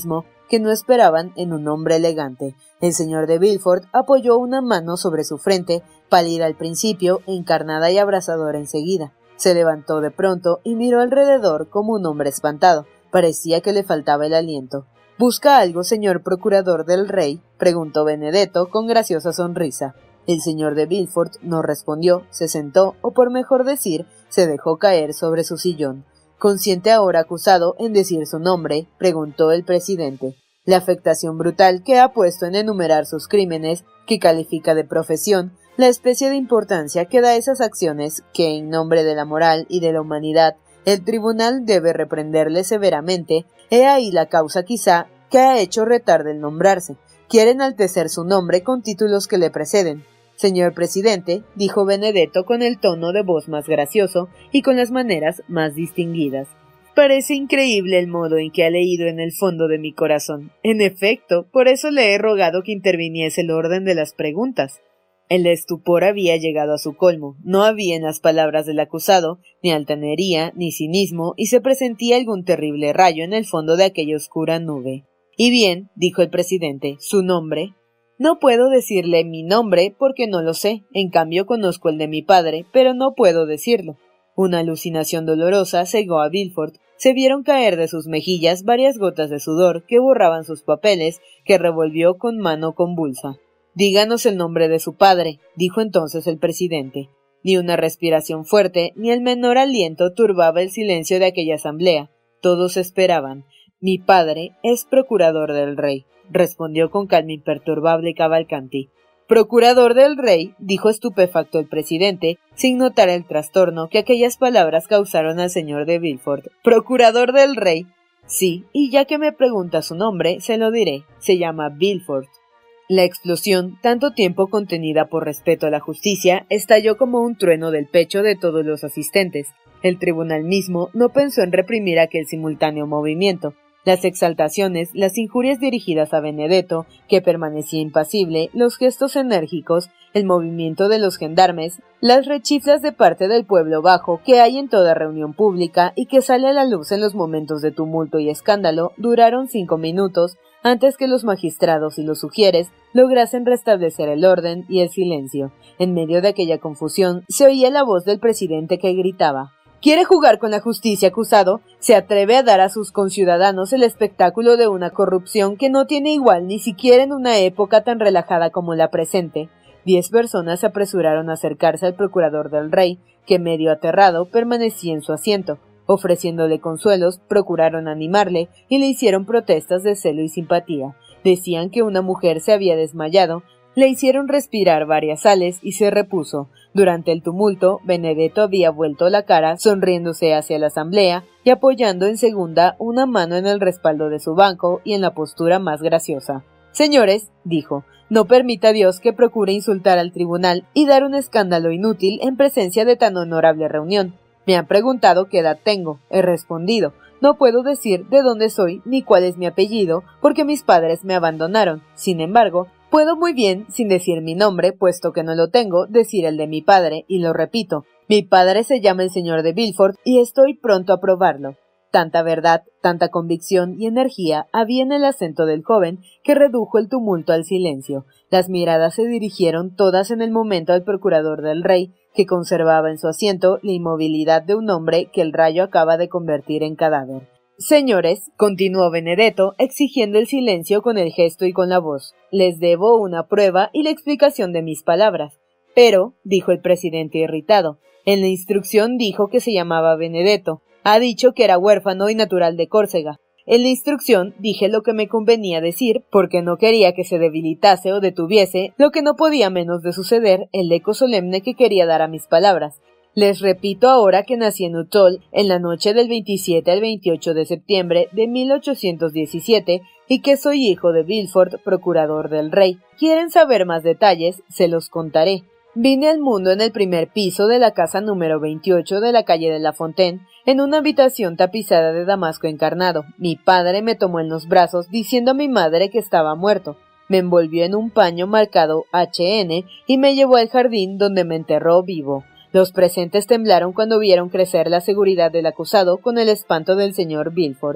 que no esperaban en un hombre elegante. El señor de Villefort apoyó una mano sobre su frente, pálida al principio, encarnada y abrasadora enseguida. Se levantó de pronto y miró alrededor como un hombre espantado. Parecía que le faltaba el aliento. —¿Busca algo, señor procurador del rey? —preguntó Benedetto con graciosa sonrisa. El señor de Villefort no respondió, se sentó, o por mejor decir, se dejó caer sobre su sillón. —¿Consciente ahora acusado en decir su nombre? —preguntó el presidente. La afectación brutal que ha puesto en enumerar sus crímenes, que califica de profesión, la especie de importancia que da a esas acciones que, en nombre de la moral y de la humanidad, el tribunal debe reprenderle severamente, he ahí la causa quizá que ha hecho retarde el nombrarse. Quiere enaltecer su nombre con títulos que le preceden. Señor presidente, dijo Benedetto con el tono de voz más gracioso y con las maneras más distinguidas. Parece increíble el modo en que ha leído en el fondo de mi corazón. En efecto, por eso le he rogado que interviniese el orden de las preguntas. El estupor había llegado a su colmo. No había en las palabras del acusado ni altanería ni cinismo, y se presentía algún terrible rayo en el fondo de aquella oscura nube. —Y bien —dijo el presidente—, ¿su nombre? —No puedo decirle mi nombre porque no lo sé. En cambio conozco el de mi padre, pero no puedo decirlo. Una alucinación dolorosa cegó a Villefort. Se vieron caer de sus mejillas varias gotas de sudor que borraban sus papeles, que revolvió con mano convulsa. —Díganos el nombre de su padre —dijo entonces el presidente. Ni una respiración fuerte, ni el menor aliento turbaba el silencio de aquella asamblea. Todos esperaban. —Mi padre es procurador del rey —respondió con calma imperturbable Cavalcanti. —¿Procurador del rey? —dijo estupefacto el presidente, sin notar el trastorno que aquellas palabras causaron al señor de Villefort. —¿Procurador del rey? —Sí, y ya que me pregunta su nombre, se lo diré. Se llama Villefort. La explosión, tanto tiempo contenida por respeto a la justicia, estalló como un trueno del pecho de todos los asistentes. El tribunal mismo no pensó en reprimir aquel simultáneo movimiento. Las exaltaciones, las injurias dirigidas a Benedetto, que permanecía impasible, los gestos enérgicos, el movimiento de los gendarmes, las rechiflas de parte del pueblo bajo que hay en toda reunión pública y que sale a la luz en los momentos de tumulto y escándalo, duraron cinco minutos antes que los magistrados y los sugieres lograsen restablecer el orden y el silencio. En medio de aquella confusión se oía la voz del presidente que gritaba: ¿Quiere jugar con la justicia, acusado? ¿Se atreve a dar a sus conciudadanos el espectáculo de una corrupción que no tiene igual ni siquiera en una época tan relajada como la presente? Diez personas se apresuraron a acercarse al procurador del rey, que medio aterrado permanecía en su asiento. Ofreciéndole consuelos, procuraron animarle y le hicieron protestas de celo y simpatía. Decían que una mujer se había desmayado, le hicieron respirar varias sales y se repuso. Durante el tumulto, Benedetto había vuelto la cara, sonriéndose hacia la asamblea y apoyando en segunda una mano en el respaldo de su banco y en la postura más graciosa. «Señores», dijo, «no permita Dios que procure insultar al tribunal y dar un escándalo inútil en presencia de tan honorable reunión. Me han preguntado qué edad tengo. He respondido. No puedo decir de dónde soy ni cuál es mi apellido, porque mis padres me abandonaron. Sin embargo, puedo muy bien, sin decir mi nombre, puesto que no lo tengo, decir el de mi padre, y lo repito. Mi padre se llama el señor de Villefort y estoy pronto a probarlo». Tanta verdad, tanta convicción y energía había en el acento del joven que redujo el tumulto al silencio. Las miradas se dirigieron todas en el momento al procurador del rey, que conservaba en su asiento la inmovilidad de un hombre que el rayo acaba de convertir en cadáver. «Señores», continuó Benedetto, exigiendo el silencio con el gesto y con la voz, «les debo una prueba y la explicación de mis palabras». «Pero», dijo el presidente irritado, «en la instrucción dijo que se llamaba Benedetto. Ha dicho que era huérfano y natural de Córcega. En la instrucción dije lo que me convenía decir, porque no quería que se debilitase o detuviese, lo que no podía menos de suceder, el eco solemne que quería dar a mis palabras. Les repito ahora que nací en Uthol en la noche del veintisiete al veintiocho de septiembre de mil ochocientos diecisiete y que soy hijo de Villefort, procurador del rey. ¿Quieren saber más detalles? Se los contaré. Vine al mundo en el primer piso de la casa número veintiocho de la calle de La Fontaine, en una habitación tapizada de damasco encarnado. Mi padre me tomó en los brazos diciendo a mi madre que estaba muerto. Me envolvió en un paño marcado H N y me llevó al jardín donde me enterró vivo. Los presentes temblaron cuando vieron crecer la seguridad del acusado con el espanto del señor Villefort.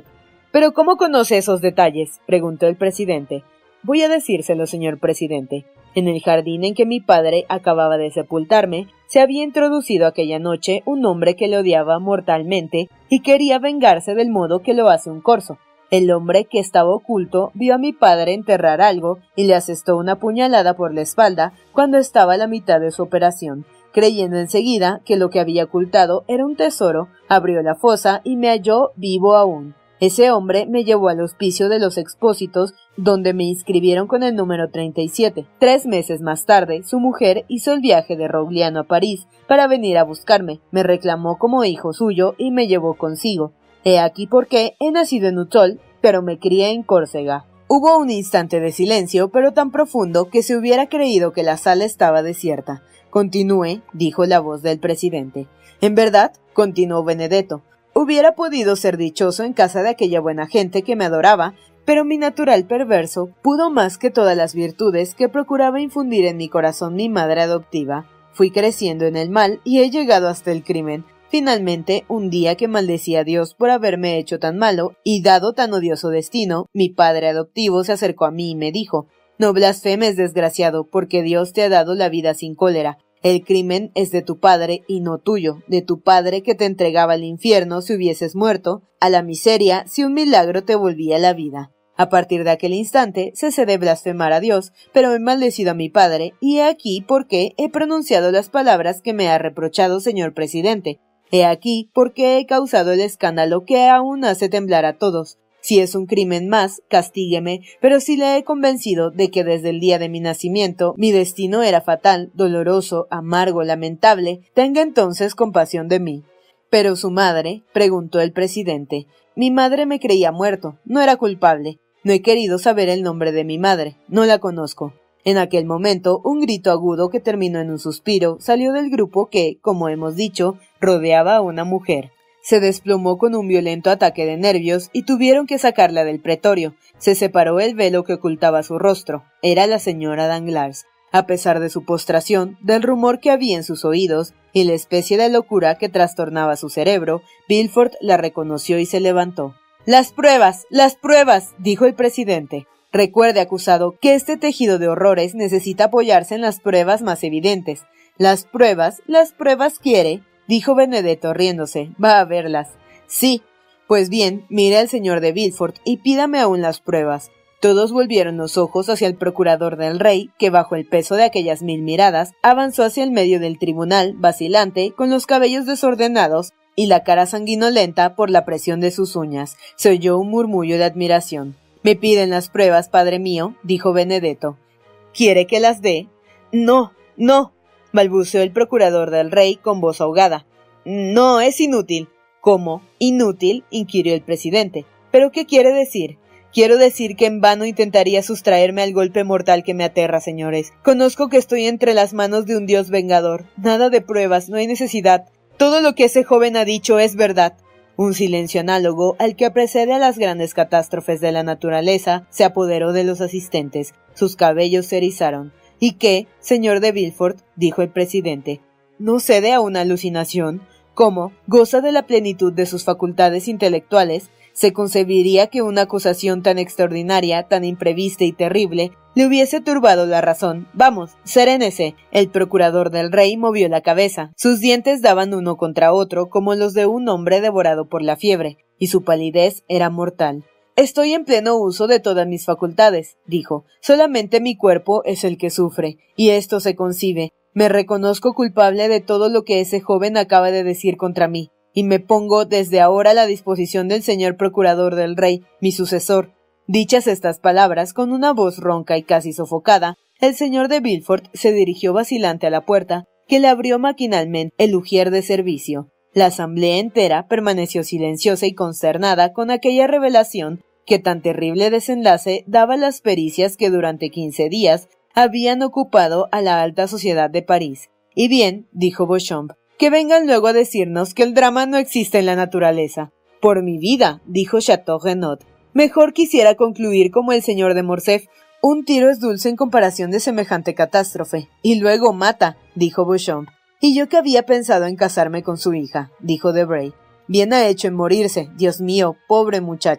—¿Pero cómo conoce esos detalles? —preguntó el presidente. —Voy a decírselo, señor presidente. En el jardín en que mi padre acababa de sepultarme, se había introducido aquella noche un hombre que le odiaba mortalmente y quería vengarse del modo que lo hace un corzo. El hombre, que estaba oculto, vio a mi padre enterrar algo y le asestó una puñalada por la espalda cuando estaba a la mitad de su operación. Creyendo enseguida que lo que había ocultado era un tesoro, abrió la fosa y me halló vivo aún. Ese hombre me llevó al hospicio de los Expósitos, donde me inscribieron con el número treinta y siete. Tres meses más tarde, su mujer hizo el viaje de Rogliano a París para venir a buscarme. Me reclamó como hijo suyo y me llevó consigo. He aquí por qué he nacido en Utzol, pero me crié en Córcega. Hubo un instante de silencio, pero tan profundo que se hubiera creído que la sala estaba desierta. Continúe, dijo la voz del presidente. En verdad, continuó Benedetto, hubiera podido ser dichoso en casa de aquella buena gente que me adoraba, pero mi natural perverso pudo más que todas las virtudes que procuraba infundir en mi corazón mi madre adoptiva. Fui creciendo en el mal y he llegado hasta el crimen. Finalmente, un día que maldecí a Dios por haberme hecho tan malo y dado tan odioso destino, mi padre adoptivo se acercó a mí y me dijo: «No blasfemes, desgraciado, porque Dios te ha dado la vida sin cólera. El crimen es de tu padre y no tuyo, de tu padre que te entregaba al infierno si hubieses muerto, a la miseria si un milagro te volvía la vida». A partir de aquel instante cesé de blasfemar a Dios, pero he maldecido a mi padre, y he aquí por qué he pronunciado las palabras que me ha reprochado, señor presidente. He aquí por qué he causado el escándalo que aún hace temblar a todos. Si es un crimen más, castígueme, pero si le he convencido de que desde el día de mi nacimiento mi destino era fatal, doloroso, amargo, lamentable, tenga entonces compasión de mí. —¿Pero su madre? —preguntó el presidente. Mi madre me creía muerto, no era culpable. No he querido saber el nombre de mi madre, no la conozco. En aquel momento, un grito agudo que terminó en un suspiro salió del grupo que, como hemos dicho, rodeaba a una mujer. Se desplomó con un violento ataque de nervios y tuvieron que sacarla del pretorio. Se separó el velo que ocultaba su rostro. Era la señora Danglars. A pesar de su postración, del rumor que había en sus oídos y la especie de locura que trastornaba su cerebro, Villefort la reconoció y se levantó. «¡Las pruebas! ¡Las pruebas!», dijo el presidente. «Recuerde, acusado, que este tejido de horrores necesita apoyarse en las pruebas más evidentes». «¿Las pruebas? ¿Las pruebas quiere?», dijo Benedetto riéndose. «Va a verlas». «Sí. Pues bien, mire al señor de Villefort y pídame aún las pruebas». Todos volvieron los ojos hacia el procurador del rey, que bajo el peso de aquellas mil miradas avanzó hacia el medio del tribunal, vacilante, con los cabellos desordenados y la cara sanguinolenta por la presión de sus uñas. Se oyó un murmullo de admiración. «Me piden las pruebas, padre mío», dijo Benedetto. «¿Quiere que las dé?» «No, no», balbuceó el procurador del rey con voz ahogada. «No, es inútil». «¿Cómo? ¿Inútil?», inquirió el presidente. «¿Pero qué quiere decir?» «Quiero decir que en vano intentaría sustraerme al golpe mortal que me aterra, señores. Conozco que estoy entre las manos de un Dios vengador. Nada de pruebas, no hay necesidad. Todo lo que ese joven ha dicho es verdad». Un silencio análogo al que precede a las grandes catástrofes de la naturaleza se apoderó de los asistentes. Sus cabellos se erizaron. «¿Y qué, señor de Villefort?», dijo el presidente. «¿No cede a una alucinación? ¿Cómo? ¿Goza de la plenitud de sus facultades intelectuales? ¿Se concebiría que una acusación tan extraordinaria, tan imprevista y terrible, le hubiese turbado la razón? Vamos, serénese». El procurador del rey movió la cabeza. Sus dientes daban uno contra otro como los de un hombre devorado por la fiebre, y su palidez era mortal. «Estoy en pleno uso de todas mis facultades», dijo. «Solamente mi cuerpo es el que sufre, y esto se concibe. Me reconozco culpable de todo lo que ese joven acaba de decir contra mí, y me pongo desde ahora a la disposición del señor procurador del rey, mi sucesor». Dichas estas palabras, con una voz ronca y casi sofocada, el señor de Villefort se dirigió vacilante a la puerta, que le abrió maquinalmente el ujier de servicio. La asamblea entera permaneció silenciosa y consternada con aquella revelación que tan terrible desenlace daba las pericias que durante quince días habían ocupado a la alta sociedad de París. «Y bien», dijo Beauchamp, «que vengan luego a decirnos que el drama no existe en la naturaleza». «Por mi vida», dijo Chateau Renaud, «mejor quisiera concluir como el señor de Morcerf. Un tiro es dulce en comparación de semejante catástrofe. Y luego mata», dijo Beauchamp. «Y yo que había pensado en casarme con su hija», dijo Debray. «Bien ha hecho en morirse, Dios mío, pobre muchacha».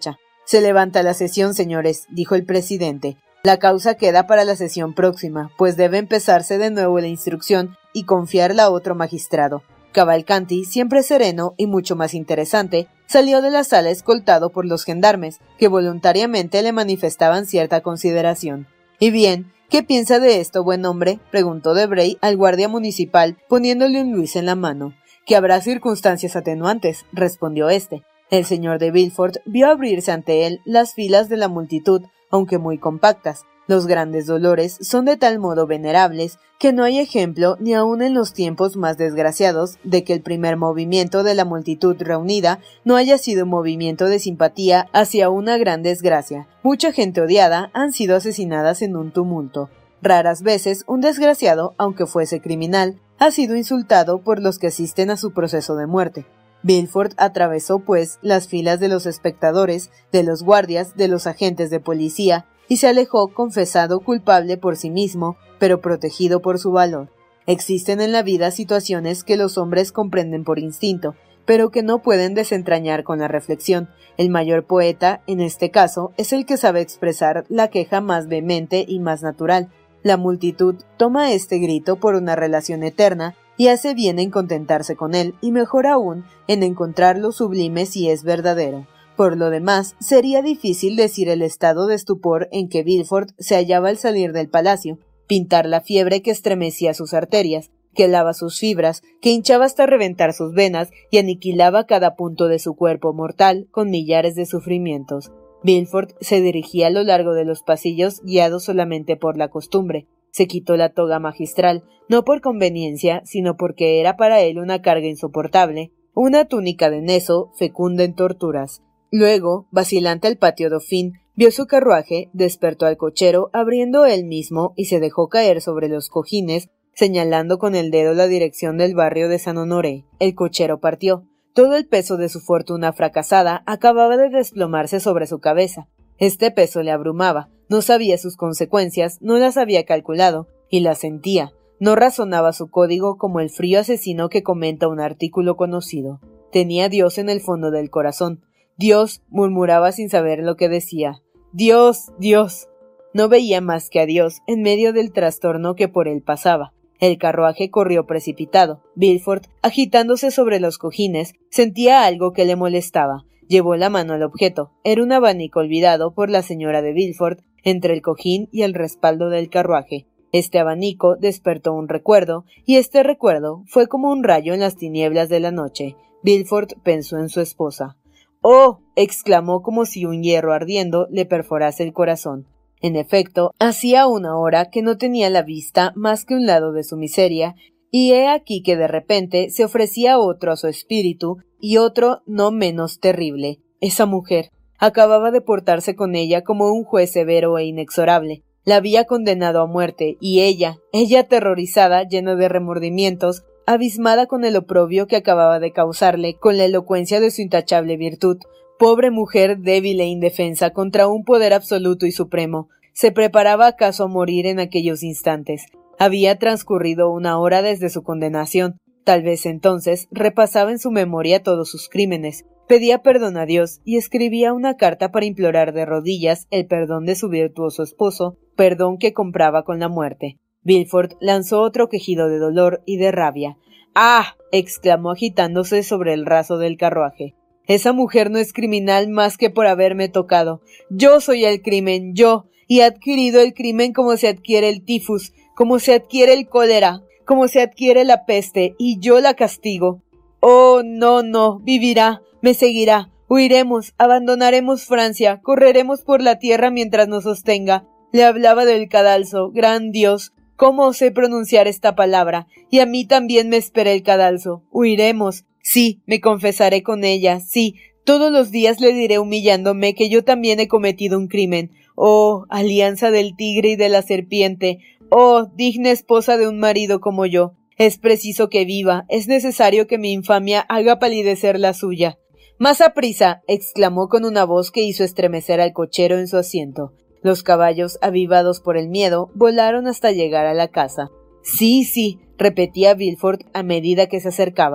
Se levanta la sesión, señores, dijo el presidente. La causa queda para la sesión próxima, pues debe empezarse de nuevo la instrucción y confiarla a otro magistrado. Cavalcanti, siempre sereno y mucho más interesante, salió de la sala escoltado por los gendarmes, que voluntariamente le manifestaban cierta consideración. «¿Y bien, qué piensa de esto, buen hombre?», preguntó Debray al guardia municipal, poniéndole un luis en la mano. «Que habrá circunstancias atenuantes», respondió éste. El señor de Villefort vio abrirse ante él las filas de la multitud, aunque muy compactas. Los grandes dolores son de tal modo venerables que no hay ejemplo, ni aun en los tiempos más desgraciados, de que el primer movimiento de la multitud reunida no haya sido un movimiento de simpatía hacia una gran desgracia. Mucha gente odiada han sido asesinadas en un tumulto. Raras veces un desgraciado, aunque fuese criminal, ha sido insultado por los que asisten a su proceso de muerte. Villefort atravesó, pues, las filas de los espectadores, de los guardias, de los agentes de policía, y se alejó confesado culpable por sí mismo, pero protegido por su valor. Existen en la vida situaciones que los hombres comprenden por instinto, pero que no pueden desentrañar con la reflexión. El mayor poeta, en este caso, es el que sabe expresar la queja más vehemente y más natural. La multitud toma este grito por una relación eterna, y hace bien en contentarse con él, y mejor aún, en encontrarlo sublime si es verdadero. Por lo demás, sería difícil decir el estado de estupor en que Villefort se hallaba al salir del palacio, pintar la fiebre que estremecía sus arterias, que helaba sus fibras, que hinchaba hasta reventar sus venas y aniquilaba cada punto de su cuerpo mortal con millares de sufrimientos. Villefort se dirigía a lo largo de los pasillos guiado solamente por la costumbre. Se quitó la toga magistral, no por conveniencia, sino porque era para él una carga insoportable, una túnica de neso fecunda en torturas. Luego, vacilante al patio Dauphine, vio su carruaje, despertó al cochero abriendo él mismo y se dejó caer sobre los cojines, señalando con el dedo la dirección del barrio de San Honoré. El cochero partió. Todo el peso de su fortuna fracasada acababa de desplomarse sobre su cabeza. Este peso le abrumaba, no sabía sus consecuencias, no las había calculado, y las sentía. No razonaba su código como el frío asesino que comenta un artículo conocido. Tenía a Dios en el fondo del corazón. Dios, murmuraba sin saber lo que decía. Dios, Dios. No veía más que a Dios en medio del trastorno que por él pasaba. El carruaje corrió precipitado. Villefort, agitándose sobre los cojines, sentía algo que le molestaba. Llevó la mano al objeto. Era un abanico olvidado por la señora de Villefort entre el cojín y el respaldo del carruaje. Este abanico despertó un recuerdo, y este recuerdo fue como un rayo en las tinieblas de la noche. Villefort pensó en su esposa. «¡Oh!», exclamó como si un hierro ardiendo le perforase el corazón. En efecto, hacía una hora que no tenía a la vista más que un lado de su miseria, y he aquí que de repente se ofrecía otro a su espíritu, y otro no menos terrible. Esa mujer acababa de portarse con ella como un juez severo e inexorable. La había condenado a muerte, y ella, ella aterrorizada, llena de remordimientos, abismada con el oprobio que acababa de causarle, con la elocuencia de su intachable virtud, pobre mujer débil e indefensa contra un poder absoluto y supremo, ¿se preparaba acaso a morir en aquellos instantes? Había transcurrido una hora desde su condenación. Tal vez entonces repasaba en su memoria todos sus crímenes, pedía perdón a Dios y escribía una carta para implorar de rodillas el perdón de su virtuoso esposo, perdón que compraba con la muerte. Villefort lanzó otro quejido de dolor y de rabia. «¡Ah!», exclamó agitándose sobre el raso del carruaje. «Esa mujer no es criminal más que por haberme tocado. Yo soy el crimen, yo, y he adquirido el crimen como se adquiere el tifus, como se adquiere el cólera, como se adquiere la peste, y yo la castigo. Oh, no, no, vivirá, me seguirá, huiremos, abandonaremos Francia, correremos por la tierra mientras nos sostenga». Le hablaba del cadalso, gran Dios, cómo osé pronunciar esta palabra, y a mí también me espera el cadalso. Huiremos, sí, me confesaré con ella, sí, todos los días le diré humillándome que yo también he cometido un crimen. Oh, alianza del tigre y de la serpiente, oh, digna esposa de un marido como yo, es preciso que viva, es necesario que mi infamia haga palidecer la suya. «Más aprisa», exclamó con una voz que hizo estremecer al cochero en su asiento. Los caballos, avivados por el miedo, volaron hasta llegar a la casa. «Sí, sí», repetía Villefort a medida que se acercaba.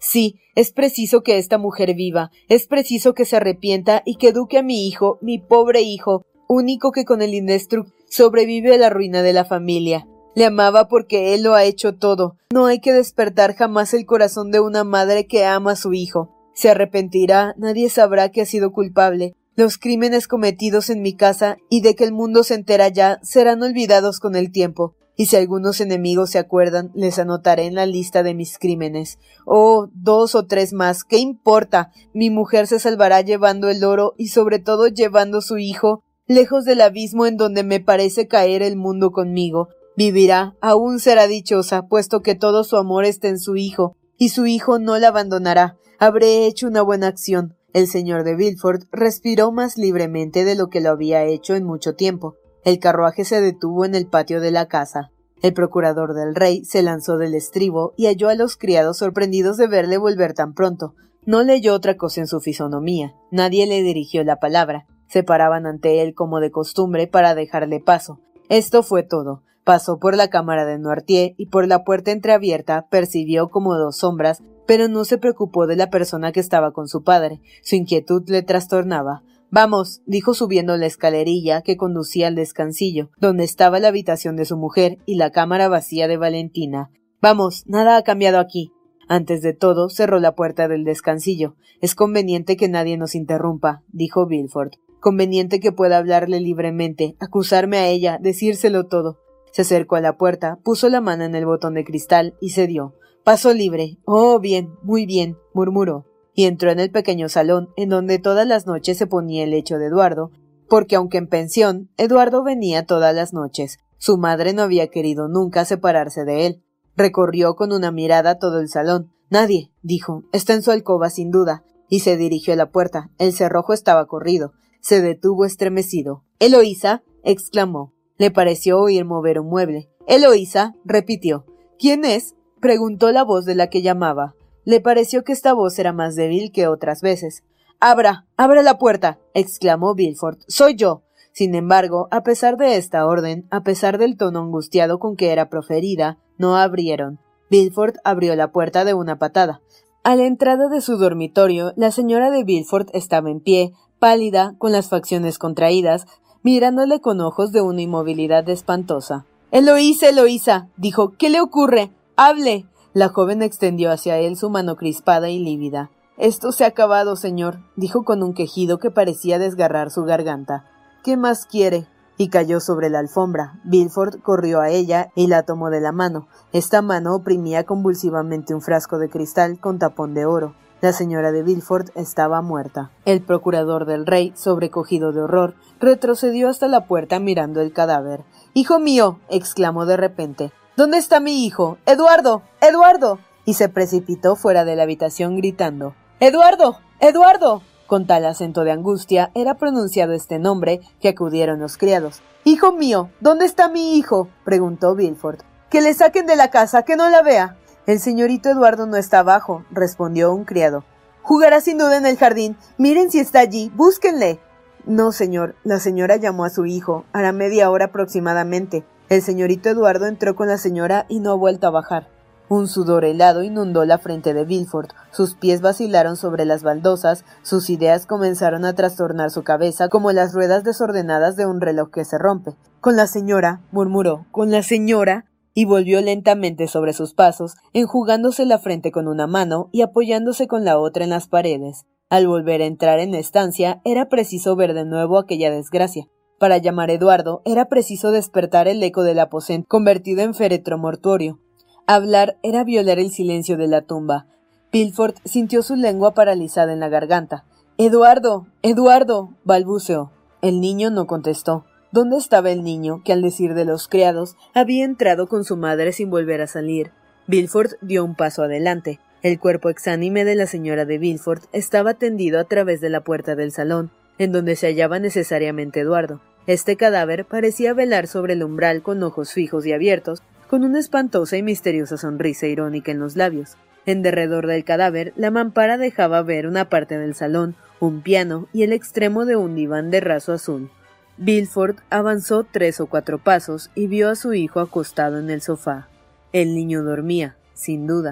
Sí, es preciso que esta mujer viva, es preciso que se arrepienta y que eduque a mi hijo, mi pobre hijo, único que con el Indestruct sobrevive a la ruina de la familia. Le amaba porque él lo ha hecho todo. No hay que despertar jamás el corazón de una madre que ama a su hijo. Se arrepentirá, nadie sabrá que ha sido culpable. Los crímenes cometidos en mi casa y de que el mundo se entera ya serán olvidados con el tiempo. Y si algunos enemigos se acuerdan, les anotaré en la lista de mis crímenes. Oh, dos o tres más, ¿qué importa? Mi mujer se salvará llevando el oro y sobre todo llevando su hijo, lejos del abismo en donde me parece caer el mundo conmigo. Vivirá, aún será dichosa, puesto que todo su amor está en su hijo, y su hijo no la abandonará. Habré hecho una buena acción. El señor de Villefort respiró más libremente de lo que lo había hecho en mucho tiempo. El carruaje se detuvo en el patio de la casa. El procurador del rey se lanzó del estribo y halló a los criados sorprendidos de verle volver tan pronto. No leyó otra cosa en su fisonomía. Nadie le dirigió la palabra. Se paraban ante él como de costumbre para dejarle paso. Esto fue todo. Pasó por la cámara de Noirtier y por la puerta entreabierta percibió como dos sombras, pero no se preocupó de la persona que estaba con su padre. Su inquietud le trastornaba. «Vamos», dijo subiendo la escalerilla que conducía al descansillo, donde estaba la habitación de su mujer y la cámara vacía de Valentina. «Vamos, nada ha cambiado aquí». Antes de todo, cerró la puerta del descansillo. «Es conveniente que nadie nos interrumpa», dijo Villefort. «Conveniente que pueda hablarle libremente, acusarme a ella, decírselo todo». Se acercó a la puerta, puso la mano en el botón de cristal y cedió. «Paso libre». «Oh, bien, muy bien», murmuró. Y entró en el pequeño salón, en donde todas las noches se ponía el lecho de Eduardo, porque aunque en pensión, Eduardo venía todas las noches. Su madre no había querido nunca separarse de él. Recorrió con una mirada todo el salón. «Nadie», dijo, «está en su alcoba sin duda», y se dirigió a la puerta. El cerrojo estaba corrido. Se detuvo estremecido. «¿Eloísa?», exclamó. Le pareció oír mover un mueble. «Eloísa», repitió. «¿Quién es?», preguntó la voz de la que llamaba. Le pareció que esta voz era más débil que otras veces. «Abra, abra la puerta», exclamó Villefort. «Soy yo». Sin embargo, a pesar de esta orden, a pesar del tono angustiado con que era proferida, no abrieron. Villefort abrió la puerta de una patada. A la entrada de su dormitorio, la señora de Villefort estaba en pie, pálida, con las facciones contraídas, mirándole con ojos de una inmovilidad espantosa. «Eloísa, Eloísa», dijo, «¿qué le ocurre? ¡Hable!». La joven extendió hacia él su mano crispada y lívida. «Esto se ha acabado, señor», dijo con un quejido que parecía desgarrar su garganta. «¿Qué más quiere?». Y cayó sobre la alfombra. Villefort corrió a ella y la tomó de la mano. Esta mano oprimía convulsivamente un frasco de cristal con tapón de oro. La señora de Villefort estaba muerta. El procurador del rey, sobrecogido de horror, retrocedió hasta la puerta mirando el cadáver. «¡Hijo mío!», exclamó de repente. «¿Dónde está mi hijo? ¡Eduardo! ¡Eduardo!». Y se precipitó fuera de la habitación gritando. «¡Eduardo! ¡Eduardo!». Con tal acento de angustia era pronunciado este nombre que acudieron los criados. «¡Hijo mío! ¿Dónde está mi hijo?», preguntó Villefort. «Que le saquen de la casa, que no la vea». «El señorito Eduardo no está abajo», respondió un criado. «Jugará sin duda en el jardín. Miren si está allí. Búsquenle». «No, señor. La señora llamó a su hijo. Hará media hora aproximadamente. El señorito Eduardo entró con la señora y no ha vuelto a bajar». Un sudor helado inundó la frente de Villefort, sus pies vacilaron sobre las baldosas, sus ideas comenzaron a trastornar su cabeza como las ruedas desordenadas de un reloj que se rompe. «Con la señora», murmuró, «con la señora», y volvió lentamente sobre sus pasos, enjugándose la frente con una mano y apoyándose con la otra en las paredes. Al volver a entrar en la estancia, era preciso ver de nuevo aquella desgracia. Para llamar a Eduardo, era preciso despertar el eco del aposento, convertido en féretro mortuorio. Hablar era violar el silencio de la tumba. Villefort sintió su lengua paralizada en la garganta. «¡Eduardo! ¡Eduardo!», balbuceó. El niño no contestó. ¿Dónde estaba el niño, que al decir de los criados, había entrado con su madre sin volver a salir? Villefort dio un paso adelante. El cuerpo exánime de la señora de Villefort estaba tendido a través de la puerta del salón, en donde se hallaba necesariamente Eduardo. Este cadáver parecía velar sobre el umbral con ojos fijos y abiertos, con una espantosa y misteriosa sonrisa irónica en los labios. En derredor del cadáver, la mampara dejaba ver una parte del salón, un piano y el extremo de un diván de raso azul. Villefort avanzó tres o cuatro pasos y vio a su hijo acostado en el sofá. El niño dormía, sin duda.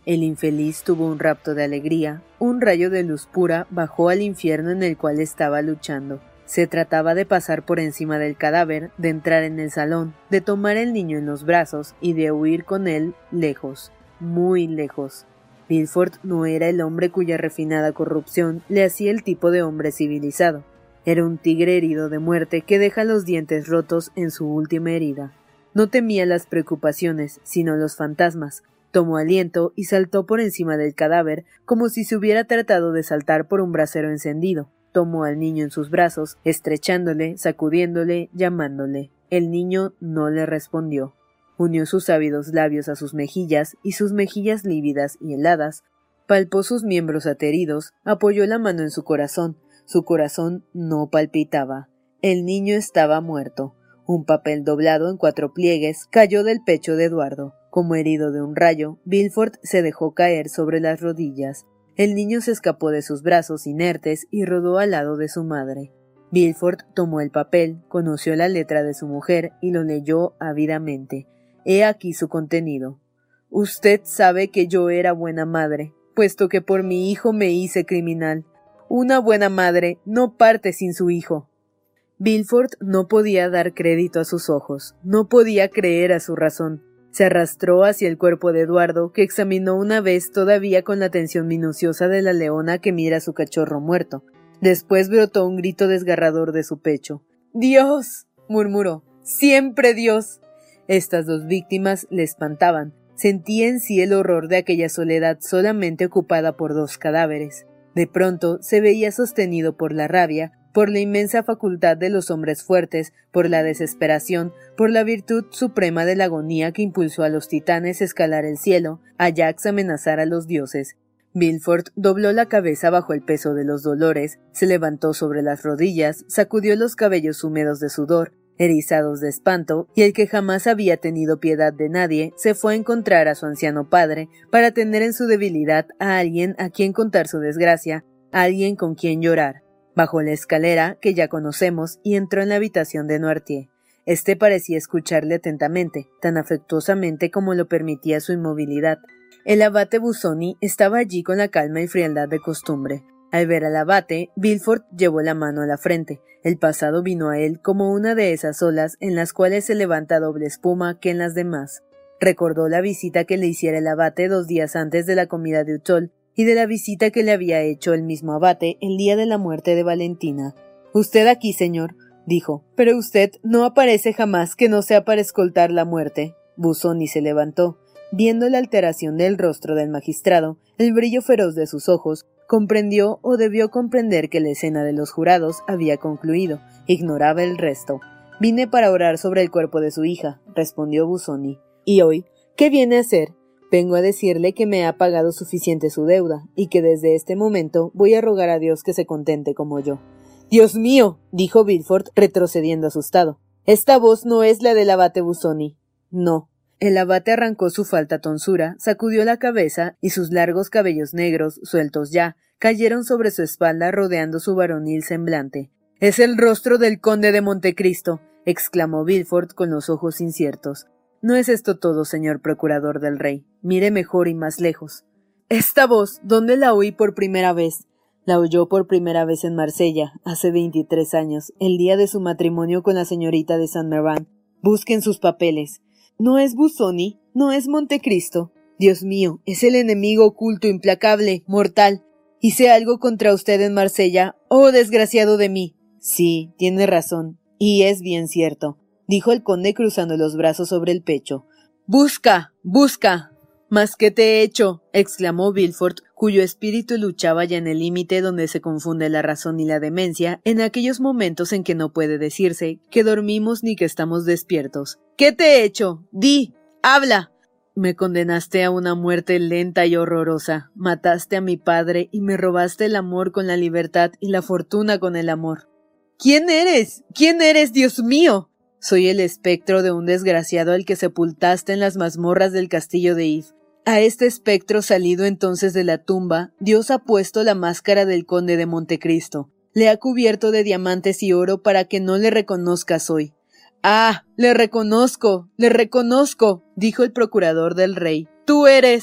El infeliz tuvo un rapto de alegría. Un rayo de luz pura bajó al infierno en el cual estaba luchando. Se trataba de pasar por encima del cadáver, de entrar en el salón, de tomar el niño en los brazos y de huir con él lejos, muy lejos. Villefort no era el hombre cuya refinada corrupción le hacía el tipo de hombre civilizado. Era un tigre herido de muerte que deja los dientes rotos en su última herida. No temía las preocupaciones, sino los fantasmas. Tomó aliento y saltó por encima del cadáver como si se hubiera tratado de saltar por un brasero encendido. Tomó al niño en sus brazos, estrechándole, sacudiéndole, llamándole. El niño no le respondió. Unió sus ávidos labios a sus mejillas y sus mejillas lívidas y heladas, palpó sus miembros ateridos, apoyó la mano en su corazón. Su corazón no palpitaba. El niño estaba muerto. Un papel doblado en cuatro pliegues cayó del pecho de Eduardo. Como herido de un rayo, Villefort se dejó caer sobre las rodillas. El niño se escapó de sus brazos inertes y rodó al lado de su madre. Villefort tomó el papel, conoció la letra de su mujer y lo leyó ávidamente. He aquí su contenido. Usted sabe que yo era buena madre, puesto que por mi hijo me hice criminal. Una buena madre no parte sin su hijo. Villefort no podía dar crédito a sus ojos, no podía creer a su razón. Se arrastró hacia el cuerpo de Eduardo, que examinó una vez todavía con la atención minuciosa de la leona que mira a su cachorro muerto. Después brotó un grito desgarrador de su pecho. «¡Dios!», murmuró. «¡Siempre Dios!». Estas dos víctimas le espantaban. Sentía en sí el horror de aquella soledad solamente ocupada por dos cadáveres. De pronto se veía sostenido por la rabia, por la inmensa facultad de los hombres fuertes, por la desesperación, por la virtud suprema de la agonía que impulsó a los titanes a escalar el cielo, a Ajax amenazar a los dioses. Villefort dobló la cabeza bajo el peso de los dolores, se levantó sobre las rodillas, sacudió los cabellos húmedos de sudor, erizados de espanto, y el que jamás había tenido piedad de nadie, se fue a encontrar a su anciano padre, para tener en su debilidad a alguien a quien contar su desgracia, a alguien con quien llorar. Bajó la escalera, que ya conocemos, y entró en la habitación de Noirtier. Este parecía escucharle atentamente, tan afectuosamente como lo permitía su inmovilidad. El abate Busoni estaba allí con la calma y frialdad de costumbre. Al ver al abate, Villefort llevó la mano a la frente. El pasado vino a él como una de esas olas en las cuales se levanta doble espuma que en las demás. Recordó la visita que le hiciera el abate dos días antes de la comida de Uxol, y de la visita que le había hecho el mismo abate el día de la muerte de Valentina. «Usted aquí, señor», dijo, «pero usted no aparece jamás que no sea para escoltar la muerte». Busoni se levantó. Viendo la alteración del rostro del magistrado, el brillo feroz de sus ojos, comprendió o debió comprender que la escena de los jurados había concluido. Ignoraba el resto. «Vine para orar sobre el cuerpo de su hija», respondió Busoni. «¿Y hoy qué viene a hacer?» «Vengo a decirle que me ha pagado suficiente su deuda, y que desde este momento voy a rogar a Dios que se contente como yo». «¡Dios mío!», dijo Villefort, retrocediendo asustado. «Esta voz no es la del abate Busoni». «No». El abate arrancó su falta tonsura, sacudió la cabeza, y sus largos cabellos negros, sueltos ya, cayeron sobre su espalda rodeando su varonil semblante. «Es el rostro del conde de Montecristo», exclamó Villefort con los ojos inciertos. «No es esto todo, señor procurador del rey. Mire mejor y más lejos». «Esta voz, ¿dónde la oí por primera vez?» «La oyó por primera vez en Marsella, hace veintitrés años, el día de su matrimonio con la señorita de Saint-Méran. Busquen sus papeles». «¿No es Busoni? ¿No es Montecristo? Dios mío, es el enemigo oculto, implacable, mortal. ¿Hice algo contra usted en Marsella? ¡Oh, desgraciado de mí!». «Sí, tiene razón, y es bien cierto», dijo el conde cruzando los brazos sobre el pecho. «¡Busca! ¡Busca!». «¿Mas qué te he hecho?», exclamó Villefort, cuyo espíritu luchaba ya en el límite donde se confunde la razón y la demencia, en aquellos momentos en que no puede decirse que dormimos ni que estamos despiertos. «¿Qué te he hecho? Di, habla». «Me condenaste a una muerte lenta y horrorosa. Mataste a mi padre y me robaste el amor con la libertad y la fortuna con el amor». «¿Quién eres? ¿Quién eres, Dios mío?». «Soy el espectro de un desgraciado al que sepultaste en las mazmorras del castillo de If. A este espectro salido entonces de la tumba, Dios ha puesto la máscara del conde de Montecristo. Le ha cubierto de diamantes y oro para que no le reconozcas hoy». «¡Ah! ¡Le reconozco! ¡Le reconozco!», dijo el procurador del rey. «¡Tú eres!».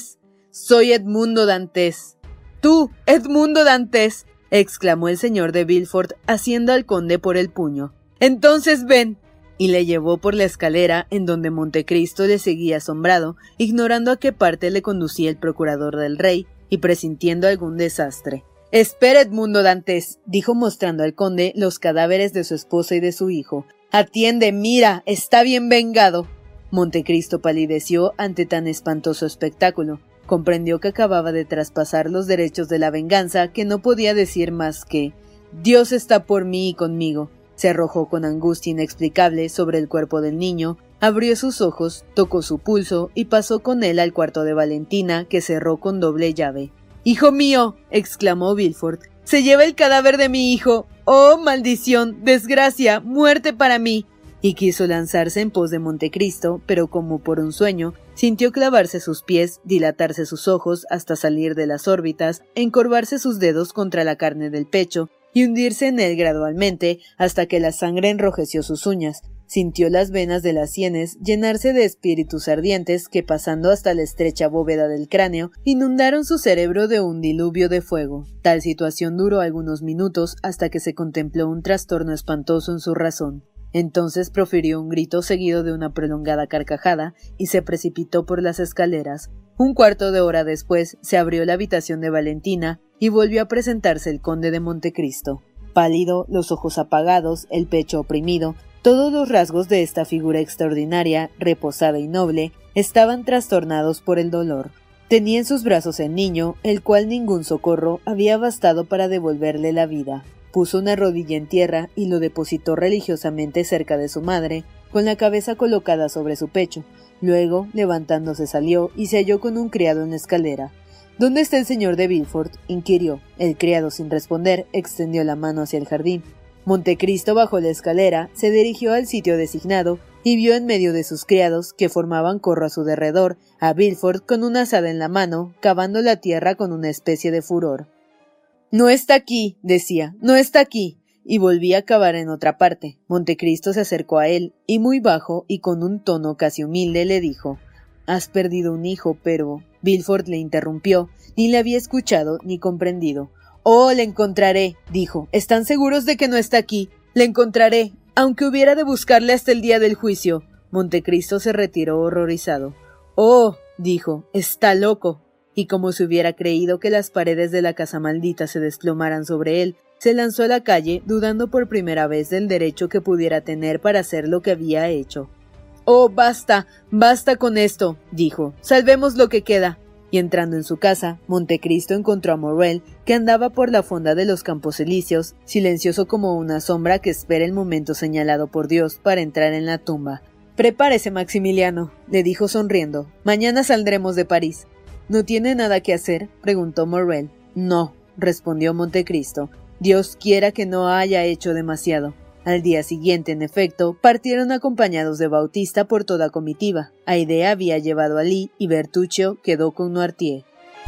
soy Edmundo Dantes. ¡Tú, Edmundo Dantes!, exclamó el señor de Villefort, haciendo al conde por el puño. «Entonces ven», y le llevó por la escalera en donde Montecristo le seguía asombrado, ignorando a qué parte le conducía el procurador del rey y presintiendo algún desastre. «Espera, Edmundo Dantes», dijo mostrando al conde los cadáveres de su esposa y de su hijo. «Atiende, mira, está bien vengado». Montecristo palideció ante tan espantoso espectáculo. Comprendió que acababa de traspasar los derechos de la venganza, que no podía decir más que «Dios está por mí y conmigo». Se arrojó con angustia inexplicable sobre el cuerpo del niño, abrió sus ojos, tocó su pulso y pasó con él al cuarto de Valentina, que cerró con doble llave. «¡Hijo mío!», exclamó Villefort, «se lleva el cadáver de mi hijo. ¡Oh, maldición! ¡Desgracia! ¡Muerte para mí!». Y quiso lanzarse en pos de Montecristo, pero como por un sueño, sintió clavarse sus pies, dilatarse sus ojos hasta salir de las órbitas, encorvarse sus dedos contra la carne del pecho y hundirse en él gradualmente hasta que la sangre enrojeció sus uñas. Sintió las venas de las sienes llenarse de espíritus ardientes que, pasando hasta la estrecha bóveda del cráneo, inundaron su cerebro de un diluvio de fuego. Tal situación duró algunos minutos hasta que se contempló un trastorno espantoso en su razón. Entonces profirió un grito seguido de una prolongada carcajada y se precipitó por las escaleras. Un cuarto de hora después se abrió la habitación de Valentina y volvió a presentarse el conde de Montecristo. Pálido, los ojos apagados, el pecho oprimido, todos los rasgos de esta figura extraordinaria, reposada y noble, estaban trastornados por el dolor. Tenía en sus brazos el niño, el cual ningún socorro había bastado para devolverle la vida. Puso una rodilla en tierra y lo depositó religiosamente cerca de su madre, con la cabeza colocada sobre su pecho. Luego, levantándose, salió y se halló con un criado en la escalera. «¿Dónde está el señor de Villefort?», inquirió. El criado, sin responder, extendió la mano hacia el jardín. Montecristo bajó la escalera, se dirigió al sitio designado y vio en medio de sus criados, que formaban corro a su derredor, a Villefort con una azada en la mano, cavando la tierra con una especie de furor. «No está aquí», decía, «no está aquí», y volvía a cavar en otra parte. Montecristo se acercó a él, y muy bajo y con un tono casi humilde le dijo: «Has perdido un hijo, pero...». Villefort le interrumpió, ni le había escuchado ni comprendido. «Oh, le encontraré», dijo. «¿Están seguros de que no está aquí? Le encontraré, aunque hubiera de buscarle hasta el día del juicio». Montecristo se retiró horrorizado. «Oh», dijo, «está loco». Y como si hubiera creído que las paredes de la casa maldita se desplomaran sobre él, se lanzó a la calle, dudando por primera vez del derecho que pudiera tener para hacer lo que había hecho. «Oh, basta, basta con esto», dijo, «salvemos lo que queda». Y entrando en su casa, Montecristo encontró a Morrel, que andaba por la fonda de los Campos Elíseos, silencioso como una sombra que espera el momento señalado por Dios para entrar en la tumba. «Prepárese, Maximiliano», le dijo sonriendo, «mañana saldremos de París». «¿No tiene nada que hacer?», preguntó Morrel. «No», respondió Montecristo, «Dios quiera que no haya hecho demasiado». Al día siguiente, en efecto, partieron acompañados de Bautista por toda comitiva. Haydée había llevado a Lee y Bertuccio quedó con Noirtier.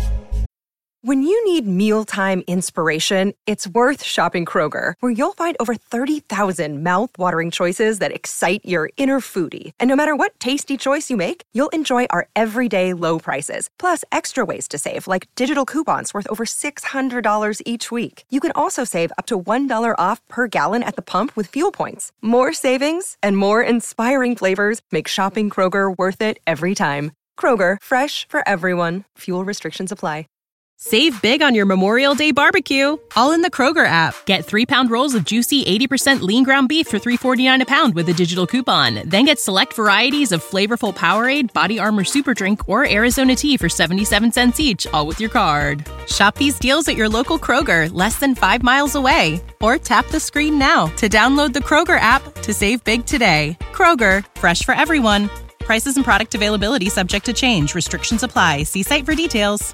When you need mealtime inspiration, it's worth shopping Kroger, where you'll find over thirty thousand mouth-watering choices that excite your inner foodie. And no matter what tasty choice you make, you'll enjoy our everyday low prices, plus extra ways to save, like digital coupons worth over six hundred dollars each week. You can also save up to one dollar off per gallon at the pump with fuel points. More savings and more inspiring flavors make shopping Kroger worth it every time. Kroger, fresh for everyone. Fuel restrictions apply. Save big on your Memorial Day barbecue, all in the Kroger app. Get three-pound rolls of juicy eighty percent lean ground beef for three forty-nine a pound with a digital coupon. Then get select varieties of flavorful Powerade, Body Armor Super Drink, or Arizona tea for seventy-seven cents each, all with your card. Shop these deals at your local Kroger, less than five miles away. Or tap the screen now to download the Kroger app to save big today. Kroger, fresh for everyone. Prices and product availability subject to change. Restrictions apply. See site for details.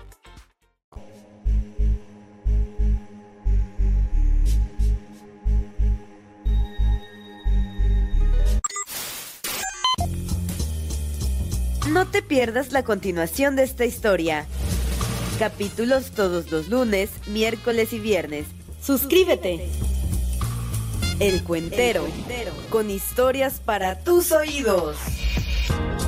No te pierdas la continuación de esta historia. Capítulos todos los lunes, miércoles y viernes. ¡Suscríbete! El Cuentero, con historias para tus oídos.